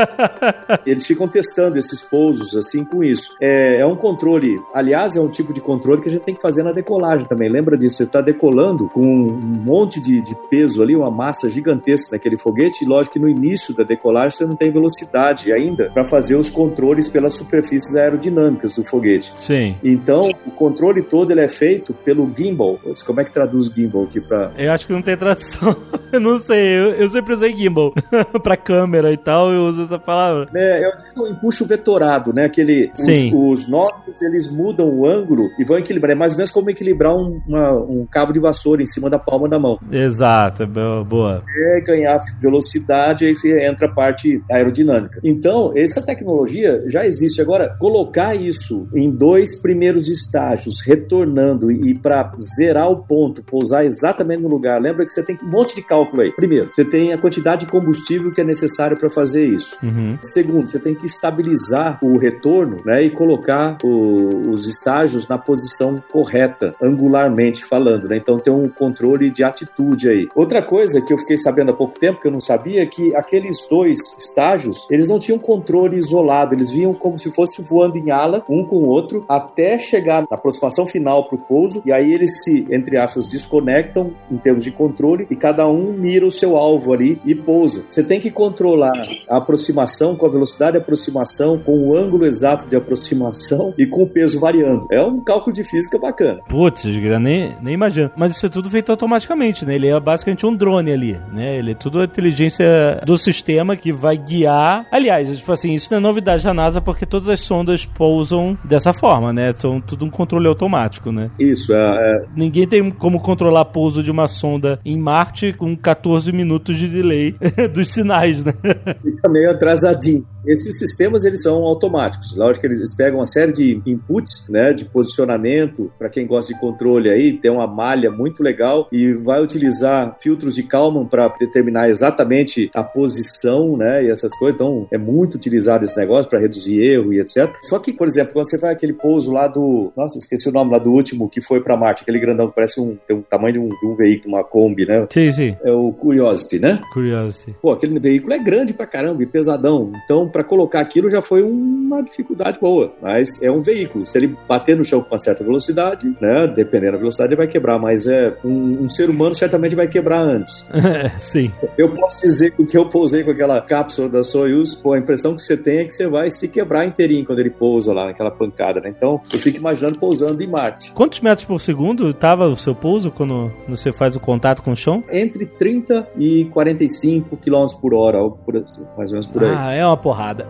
Eles ficam testando esses pousos, assim, com isso. É, é um controle, aliás, é um tipo de controle que a gente tem que fazer na decolagem também. Lembra disso? Você está decolando com um monte de, de peso ali, uma massa gigantesca naquele foguete, e lógico que no início da decolagem você não tem velocidade ainda para fazer os controles pelas superfícies aerodinâmicas do foguete. Sim. Então, o controle todo ele é feito pelo gimbal. Como é que traduz gimbal aqui para? Eu acho que não tem tradução. Eu não sei. Eu, eu sempre usei gimbal para câmera e tal. Eu uso essa palavra. É, eu digo empuxo vetorado, né? Aquele, Sim. Os, os nódulos eles mudam o ângulo e vão equilibrar. É mais ou menos como equilibrar um, uma, um cabo de vassoura em cima da palma da mão. Exato. Boa. É ganhar velocidade, aí você entra a parte aerodinâmica. Então, essa tecnologia já existe. Agora, colocar isso em dois primeiros estágios, retornando e para zerar o ponto, pousar exatamente no lugar. Lembra que você tem um monte de cálculo aí. Primeiro, você tem a quantidade de combustível que é necessário para fazer isso. Uhum. Segundo, você tem que estabilizar o retorno, né, e colocar o, os estágios na posição correta, angularmente falando, né? Então tem um controle de atitude aí. Outra coisa que eu fiquei sabendo há pouco tempo, que eu não sabia, é que aqueles dois estágios, eles não tinham controle isolado, eles vinham como se fosse voando em ala, um com o outro, até chegar na aproximação final para o pouso, e aí eles se, entre aspas, desconectam em termos de controle, e cada um mira o seu alvo ali e pousa. Você tem que controlar a aproximação com a velocidade de aproximação, com o ângulo exato de aproximação e com o peso variando. É um cálculo de física bacana. Putz, nem, nem imagino. Mas isso é tudo feito automaticamente, né? Ele é basicamente um drone ali, né? Ele é tudo a inteligência do sistema que vai guiar. Aliás, tipo assim, isso não é novidade da NASA porque todas as sondas pousam dessa forma, né? São tudo um controle automático, né? Isso, é... é... Ninguém tem como controlar pouso de uma sonda em Marte com catorze minutos de delay dos sinais, né? Fica meio atrasadinho. Esses sistemas, eles são automáticos. Lógico que eles pegam uma série de inputs, né, de posicionamento. Para quem gosta de controle aí, tem uma malha muito legal e vai utilizar filtros de Kalman para determinar exatamente a posição, né, e essas coisas. Então, é muito utilizado esse negócio para reduzir erro e etcétera. Só que, por exemplo, quando você faz aquele pouso lá do... Nossa, esqueci o nome lá do último que foi para Marte, aquele grandão que parece um, tem um tamanho de um, de um veículo, uma Kombi, né? Sim, sim. É o Curiosity, né? Curiosity. Pô, aquele veículo é grande pra caramba e pesadão. Então, para colocar aquilo já foi uma dificuldade boa, mas é um veículo. Se ele bater no chão com uma certa velocidade, né, dependendo da velocidade, ele vai quebrar, mas é um, um ser humano certamente vai quebrar antes. Sim. Eu posso dizer que o que eu pousei com aquela cápsula da Soyuz, pô, a impressão que você tem é que você vai se quebrar inteirinho quando ele pousa lá, naquela pancada, né? Então, eu fico imaginando pousando em Marte. Quantos metros por segundo estava o seu pouso quando você faz o contato com o chão? Entre trinta e quarenta e cinco quilômetros por hora, algo por assim, mais ou menos por aí. Ah, é uma porrada.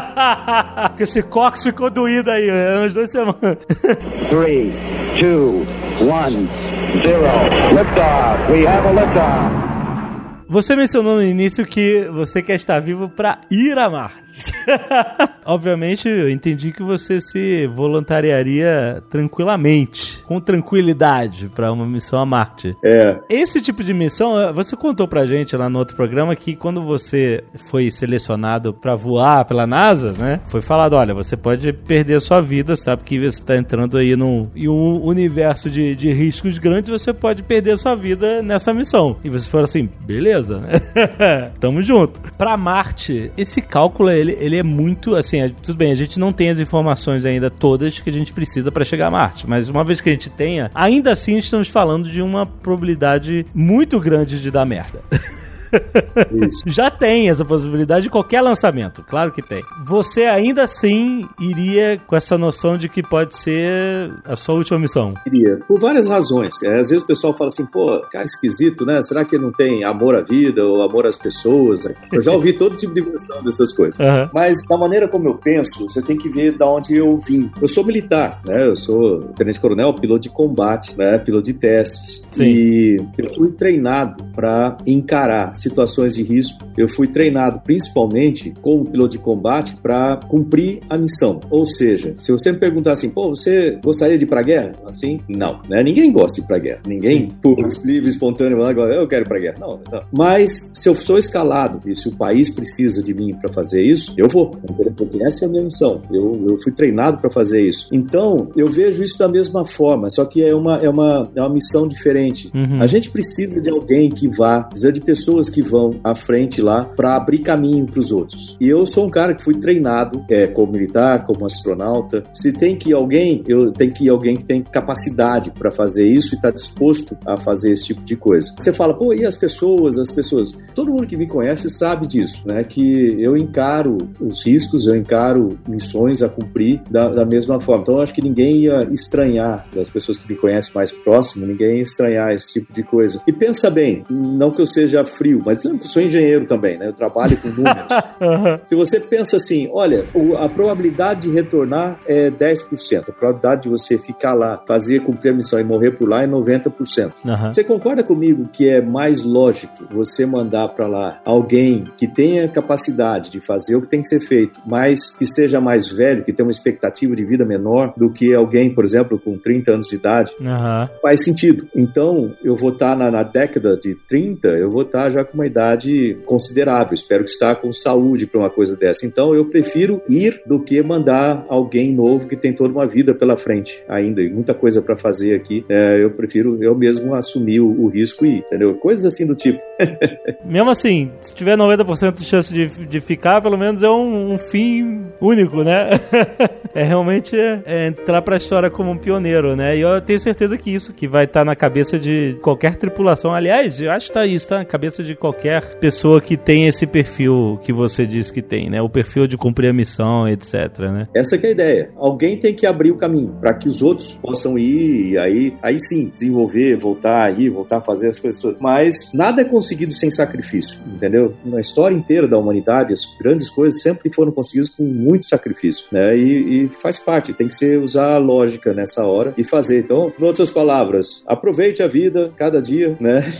Porque esse cox ficou doído aí, umas duas semanas. Three, two, one, zero. Liftoff. We have a liftoff. Você mencionou no início que você quer estar vivo para ir a Marte. Obviamente, eu entendi que você se voluntariaria tranquilamente, com tranquilidade, para uma missão a Marte. É. Esse tipo de missão, você contou pra gente lá no outro programa que quando você foi selecionado para voar pela NASA, né, foi falado, olha, você pode perder a sua vida, sabe que você tá entrando aí num, em um universo de, de riscos grandes, você pode perder a sua vida nessa missão. E você falou assim, beleza, né? Tamo junto. Pra Marte, esse cálculo, ele, ele é muito, assim, é, tudo bem, a gente não tem as informações ainda todas que a gente precisa para chegar a Marte, mas uma vez que a gente tenha, ainda assim estamos falando de uma probabilidade muito grande de dar merda. Isso. Já tem essa possibilidade de qualquer lançamento, claro que tem. Você ainda assim iria com essa noção de que pode ser a sua última missão? Iria, por várias razões. É, às vezes o pessoal fala assim, pô, cara, esquisito, né? Será que não tem amor à vida ou amor às pessoas? Eu já ouvi todo tipo de versão dessas coisas. Uhum. Mas da maneira como eu penso, você tem que ver de onde eu vim. Eu sou militar, né? Eu sou tenente-coronel, piloto de combate, né? Piloto de testes. Sim. E eu fui treinado para encarar situações de risco. Eu fui treinado principalmente como piloto de combate para cumprir a missão. Ou seja, se você me perguntar assim, pô, você gostaria de ir pra guerra? Assim, não, né? Ninguém gosta de ir pra guerra. Ninguém, por livre, espontâneo, agora eu quero ir pra guerra. Não, não. Mas se eu sou escalado e se o país precisa de mim para fazer isso, eu vou. Porque essa é a minha missão. Eu, eu fui treinado para fazer isso. Então, eu vejo isso da mesma forma, só que é uma, é uma, é uma missão diferente. Uhum. A gente precisa de alguém que vá, precisa de pessoas que vão à frente lá para abrir caminho para os outros. E eu sou um cara que fui treinado é, como militar, como astronauta. Se tem que ir alguém, eu tenho que ir alguém que tem capacidade para fazer isso e está disposto a fazer esse tipo de coisa. Você fala, pô, e as pessoas, as pessoas? Todo mundo que me conhece sabe disso, né? Que eu encaro os riscos, eu encaro missões a cumprir da, da mesma forma. Então eu acho que ninguém ia estranhar, das pessoas que me conhecem mais próximo, ninguém ia estranhar esse tipo de coisa. E pensa bem, não que eu seja frio, mas eu sou engenheiro também, né? Eu trabalho com números. Uhum. Se você pensa assim, olha, a probabilidade de retornar é dez por cento, a probabilidade de você ficar lá, fazer, cumprir a missão e morrer por lá é noventa por cento. Uhum. Você concorda comigo que é mais lógico você mandar para lá alguém que tenha capacidade de fazer o que tem que ser feito, mas que seja mais velho, que tenha uma expectativa de vida menor do que alguém, por exemplo, com trinta anos de idade? Uhum. Faz sentido. Então, eu vou estar na, na década de trinta, eu vou estar já com uma idade considerável. Espero que estar com saúde para uma coisa dessa. Então, eu prefiro ir do que mandar alguém novo que tem toda uma vida pela frente ainda, e muita coisa para fazer aqui. É, eu prefiro eu mesmo assumir o, o risco e ir, entendeu? Coisas assim do tipo. Mesmo assim, se tiver noventa por cento de chance de, de ficar, pelo menos é um, um fim único, né? É realmente é entrar pra história como um pioneiro, né? E eu tenho certeza que isso que vai estar na cabeça de qualquer tripulação. Aliás, eu acho que tá isso, tá na cabeça de qualquer pessoa que tem esse perfil que você disse que tem, né? O perfil de cumprir a missão, etcétera, né? Essa que é a ideia. Alguém tem que abrir o caminho para que os outros possam ir e aí, aí sim, desenvolver, voltar aí, voltar a fazer as coisas todas. Mas nada é conseguido sem sacrifício, entendeu? Na história inteira da humanidade, as grandes coisas sempre foram conseguidas com muito sacrifício, né? E, e faz parte, tem que ser usar a lógica nessa hora e fazer. Então, em outras palavras, aproveite a vida cada dia, né?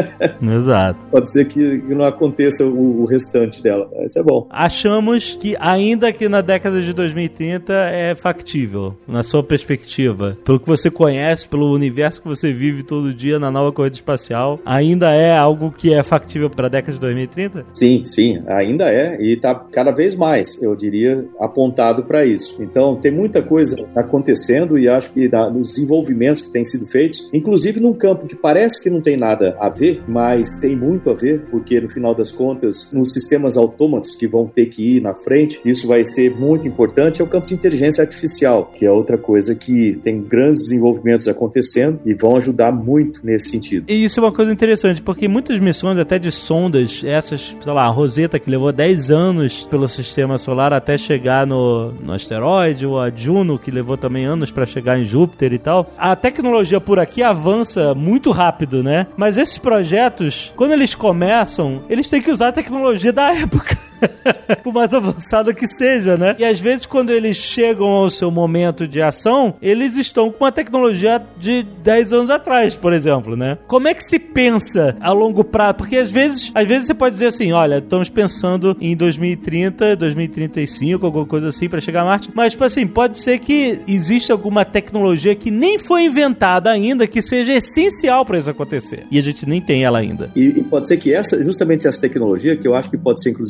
Exato. Pode ser que não aconteça o, o restante dela. Isso é bom. Achamos que ainda que na década de dois mil e trinta é factível, na sua perspectiva, pelo que você conhece, pelo universo que você vive todo dia na nova corrida espacial, ainda é algo que é factível para a década de dois mil e trinta? Sim, sim, ainda é, e está cada vez mais, eu diria, apontado para isso. Então, tem muita coisa acontecendo e acho que na, nos desenvolvimentos que têm sido feitos, inclusive num campo que parece que não tem nada a ver, mas tem muito a ver, porque no final das contas, nos sistemas autômatos que vão ter que ir na frente, isso vai ser muito importante, é o campo de inteligência artificial, que é outra coisa que tem grandes desenvolvimentos acontecendo e vão ajudar muito nesse sentido. E isso é uma coisa interessante, porque muitas missões até de sondas, essas, sei lá, a Rosetta, que levou dez anos pelo sistema solar até chegar no, no asteroide, ou a Juno, que levou também anos para chegar em Júpiter e tal, a tecnologia por aqui avança muito rápido, né? Mas esses projetos, quando eles começam, eles têm que usar a tecnologia da época. Por mais avançada que seja, né? E às vezes quando eles chegam ao seu momento de ação, eles estão com uma tecnologia de dez anos atrás, por exemplo, né? Como é que se pensa a longo prazo? Porque às vezes, às vezes você pode dizer assim, olha, estamos pensando em dois mil e trinta, dois mil e trinta e cinco, alguma coisa assim para chegar a Marte, mas tipo assim, pode ser que exista alguma tecnologia que nem foi inventada ainda, que seja essencial para isso acontecer. E a gente nem tem ela ainda. E, e pode ser que essa, justamente essa tecnologia, que eu acho que pode ser inclusive fomentada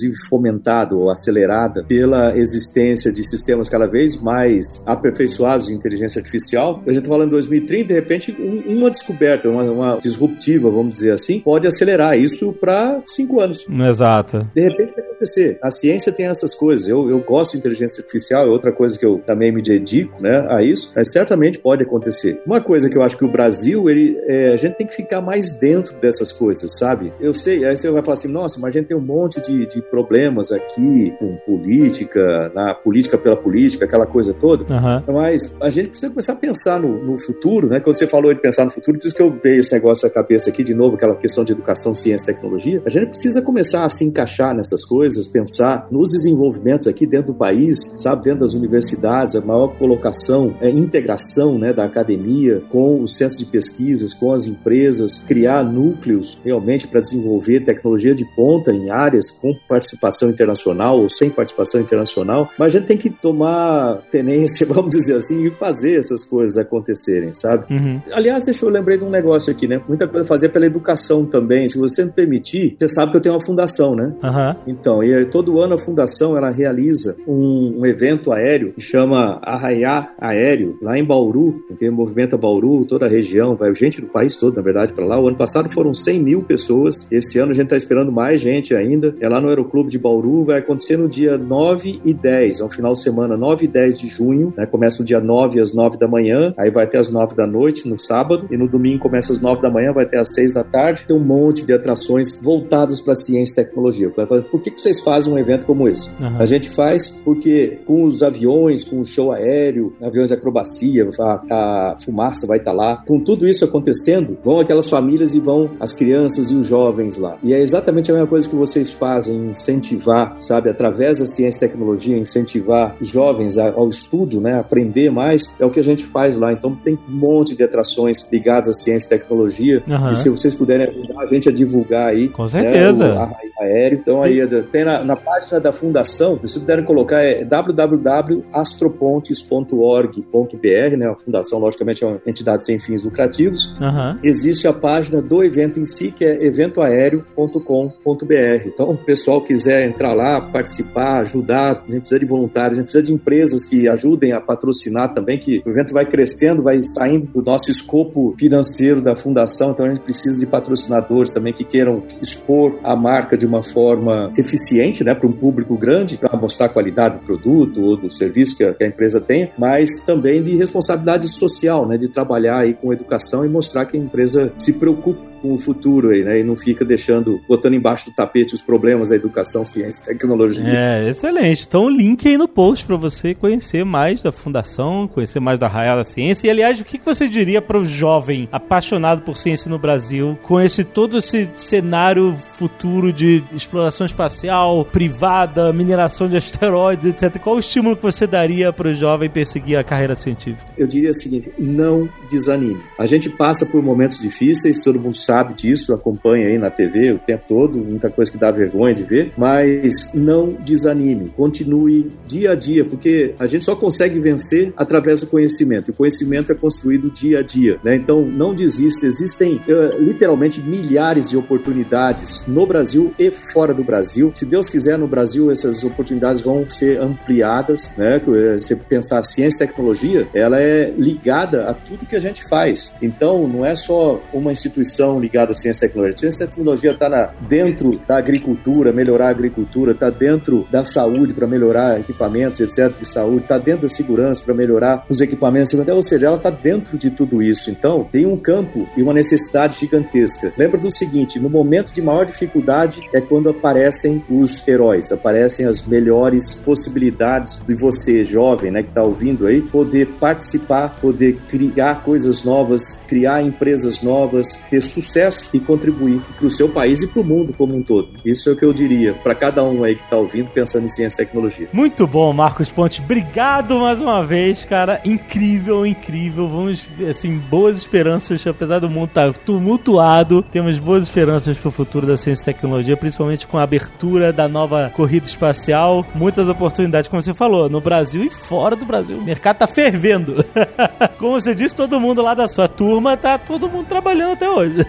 fomentada ou acelerada pela existência de sistemas cada vez mais aperfeiçoados de inteligência artificial. A gente está falando em dois mil e trinta, de repente, um, uma descoberta, uma, uma disruptiva, vamos dizer assim, pode acelerar isso para cinco anos. Exato. De repente vai acontecer. A ciência tem essas coisas. Eu, eu gosto de inteligência artificial, é outra coisa que eu também me dedico, né, a isso, mas certamente pode acontecer. Uma coisa que eu acho que o Brasil, ele, é, a gente tem que ficar mais dentro dessas coisas, sabe? Eu sei, aí você vai falar assim, nossa, mas a gente tem um monte de, de problemas aqui com política, na política pela política, aquela coisa toda, uhum. Mas a gente precisa começar a pensar no, no futuro, né? Quando você falou de pensar no futuro, por isso que eu veio esse negócio na cabeça aqui, de novo, aquela questão de educação, ciência e tecnologia, a gente precisa começar a se encaixar nessas coisas, pensar nos desenvolvimentos aqui dentro do país, sabe, dentro das universidades, a maior colocação, a integração, né, da academia com os centros de pesquisas, com as empresas, criar núcleos realmente para desenvolver tecnologia de ponta em áreas com participação internacional ou sem participação internacional, mas a gente tem que tomar tenência, vamos dizer assim, e fazer essas coisas acontecerem, sabe? Uhum. Aliás, deixa eu lembrar de um negócio aqui, né? Muita coisa fazer pela educação também. Se você me permitir, você sabe que eu tenho uma fundação, né? Uhum. Então, e todo ano a fundação, ela realiza um, um evento aéreo que chama Arraiá Aéreo, lá em Bauru, que movimenta Bauru, toda a região, vai gente do país todo, na verdade, para lá. O ano passado foram cem mil pessoas. Esse ano a gente está esperando mais gente ainda. É lá no Aeroclube de Bauru, vai acontecer no dia nove e dez, é um final de semana, nove e dez de junho, né? Começa no dia nove às nove da manhã, aí vai até às nove da noite, no sábado, e no domingo começa às nove da manhã, vai até às seis da tarde. Tem um monte de atrações voltadas para ciência e tecnologia. Por que que vocês fazem um evento como esse? Uhum. A gente faz porque com os aviões, com o show aéreo, aviões de acrobacia, a, a fumaça vai estar lá, com tudo isso acontecendo, vão aquelas famílias e vão as crianças e os jovens lá. E é exatamente a mesma coisa que vocês fazem, incentivar, sabe, através da ciência e tecnologia, incentivar jovens ao estudo, né, aprender mais, é o que a gente faz lá. Então tem um monte de atrações ligadas à ciência e tecnologia, uhum. E se vocês puderem ajudar a gente a divulgar aí, com certeza, né, o aéreo, então aí tem na, na página da fundação, se puderem colocar, é w w w ponto astropontes ponto org ponto b r, né, a fundação logicamente é uma entidade sem fins lucrativos, uhum. Existe a página do evento em si, que é evento aéreo ponto com ponto b r. Então o pessoal quiser entrar lá, participar, ajudar, a gente precisa de voluntários, a gente precisa de empresas que ajudem a patrocinar também, que o evento vai crescendo, vai saindo do nosso escopo financeiro da fundação, então a gente precisa de patrocinadores também que queiram expor a marca de uma forma eficiente, né, para um público grande, para mostrar a qualidade do produto ou do serviço que a, que a empresa tem, mas também de responsabilidade social, né, de trabalhar aí com educação e mostrar que a empresa se preocupa com o futuro aí, né, e não fica deixando, botando embaixo do tapete os problemas da educação, ciência e tecnologia. É, excelente. Então o link aí no post para você conhecer mais da fundação, conhecer mais da Arraiá da Ciência. E aliás, o que você diria para o jovem apaixonado por ciência no Brasil, com esse todo esse cenário futuro de exploração espacial, privada, mineração de asteroides, etcétera. Qual o estímulo que você daria para o jovem perseguir a carreira científica? Eu diria o seguinte, não desanime. A gente passa por momentos difíceis, todo mundo sabe disso, acompanha aí na T V o tempo todo, muita coisa que dá vergonha de ver, mas não desanime, continue dia a dia, porque a gente só consegue vencer através do conhecimento, e o conhecimento é construído dia a dia, né? Então não desista, existem uh, literalmente milhares de oportunidades no Brasil e fora do Brasil. Se Deus quiser, no Brasil essas oportunidades vão ser ampliadas, né? Se pensar ciência e tecnologia, ela é ligada a tudo que a gente faz, então não é só uma instituição ligada à ciência e tecnologia. A ciência e tecnologia está dentro da agricultura, melhorar a agricultura, está dentro da saúde para melhorar equipamentos, etcétera, de saúde, está dentro da segurança para melhorar os equipamentos, ou seja, ela está dentro de tudo isso. Então, tem um campo e uma necessidade gigantesca. Lembra do seguinte, no momento de maior dificuldade é quando aparecem os heróis, aparecem as melhores possibilidades de você, jovem, né, que está ouvindo aí, poder participar, poder criar coisas novas, criar empresas novas, ter sucesso e contribuir para o seu país e para o mundo como um todo. Isso é o que eu diria para cada um aí que está ouvindo, pensando em ciência e tecnologia. Muito bom, Marcos Pontes. Obrigado mais uma vez, cara. Incrível, incrível. Vamos, assim, boas esperanças, apesar do mundo estar tumultuado, temos boas esperanças para o futuro da ciência e tecnologia, principalmente com a abertura da nova corrida espacial. Muitas oportunidades, como você falou, no Brasil e fora do Brasil. O mercado tá fervendo. Como você disse, todo mundo lá da sua turma tá todo mundo trabalhando até hoje.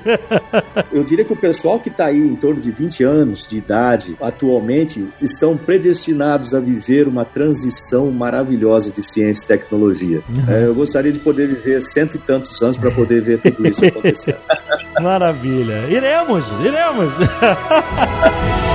Eu diria que o pessoal que está aí em torno de vinte anos de idade, atualmente, estão predestinados a viver uma transição maravilhosa de ciência e tecnologia. Uhum. É, eu gostaria de poder viver cento e tantos anos para poder ver tudo isso acontecer. Maravilha. Iremos, iremos.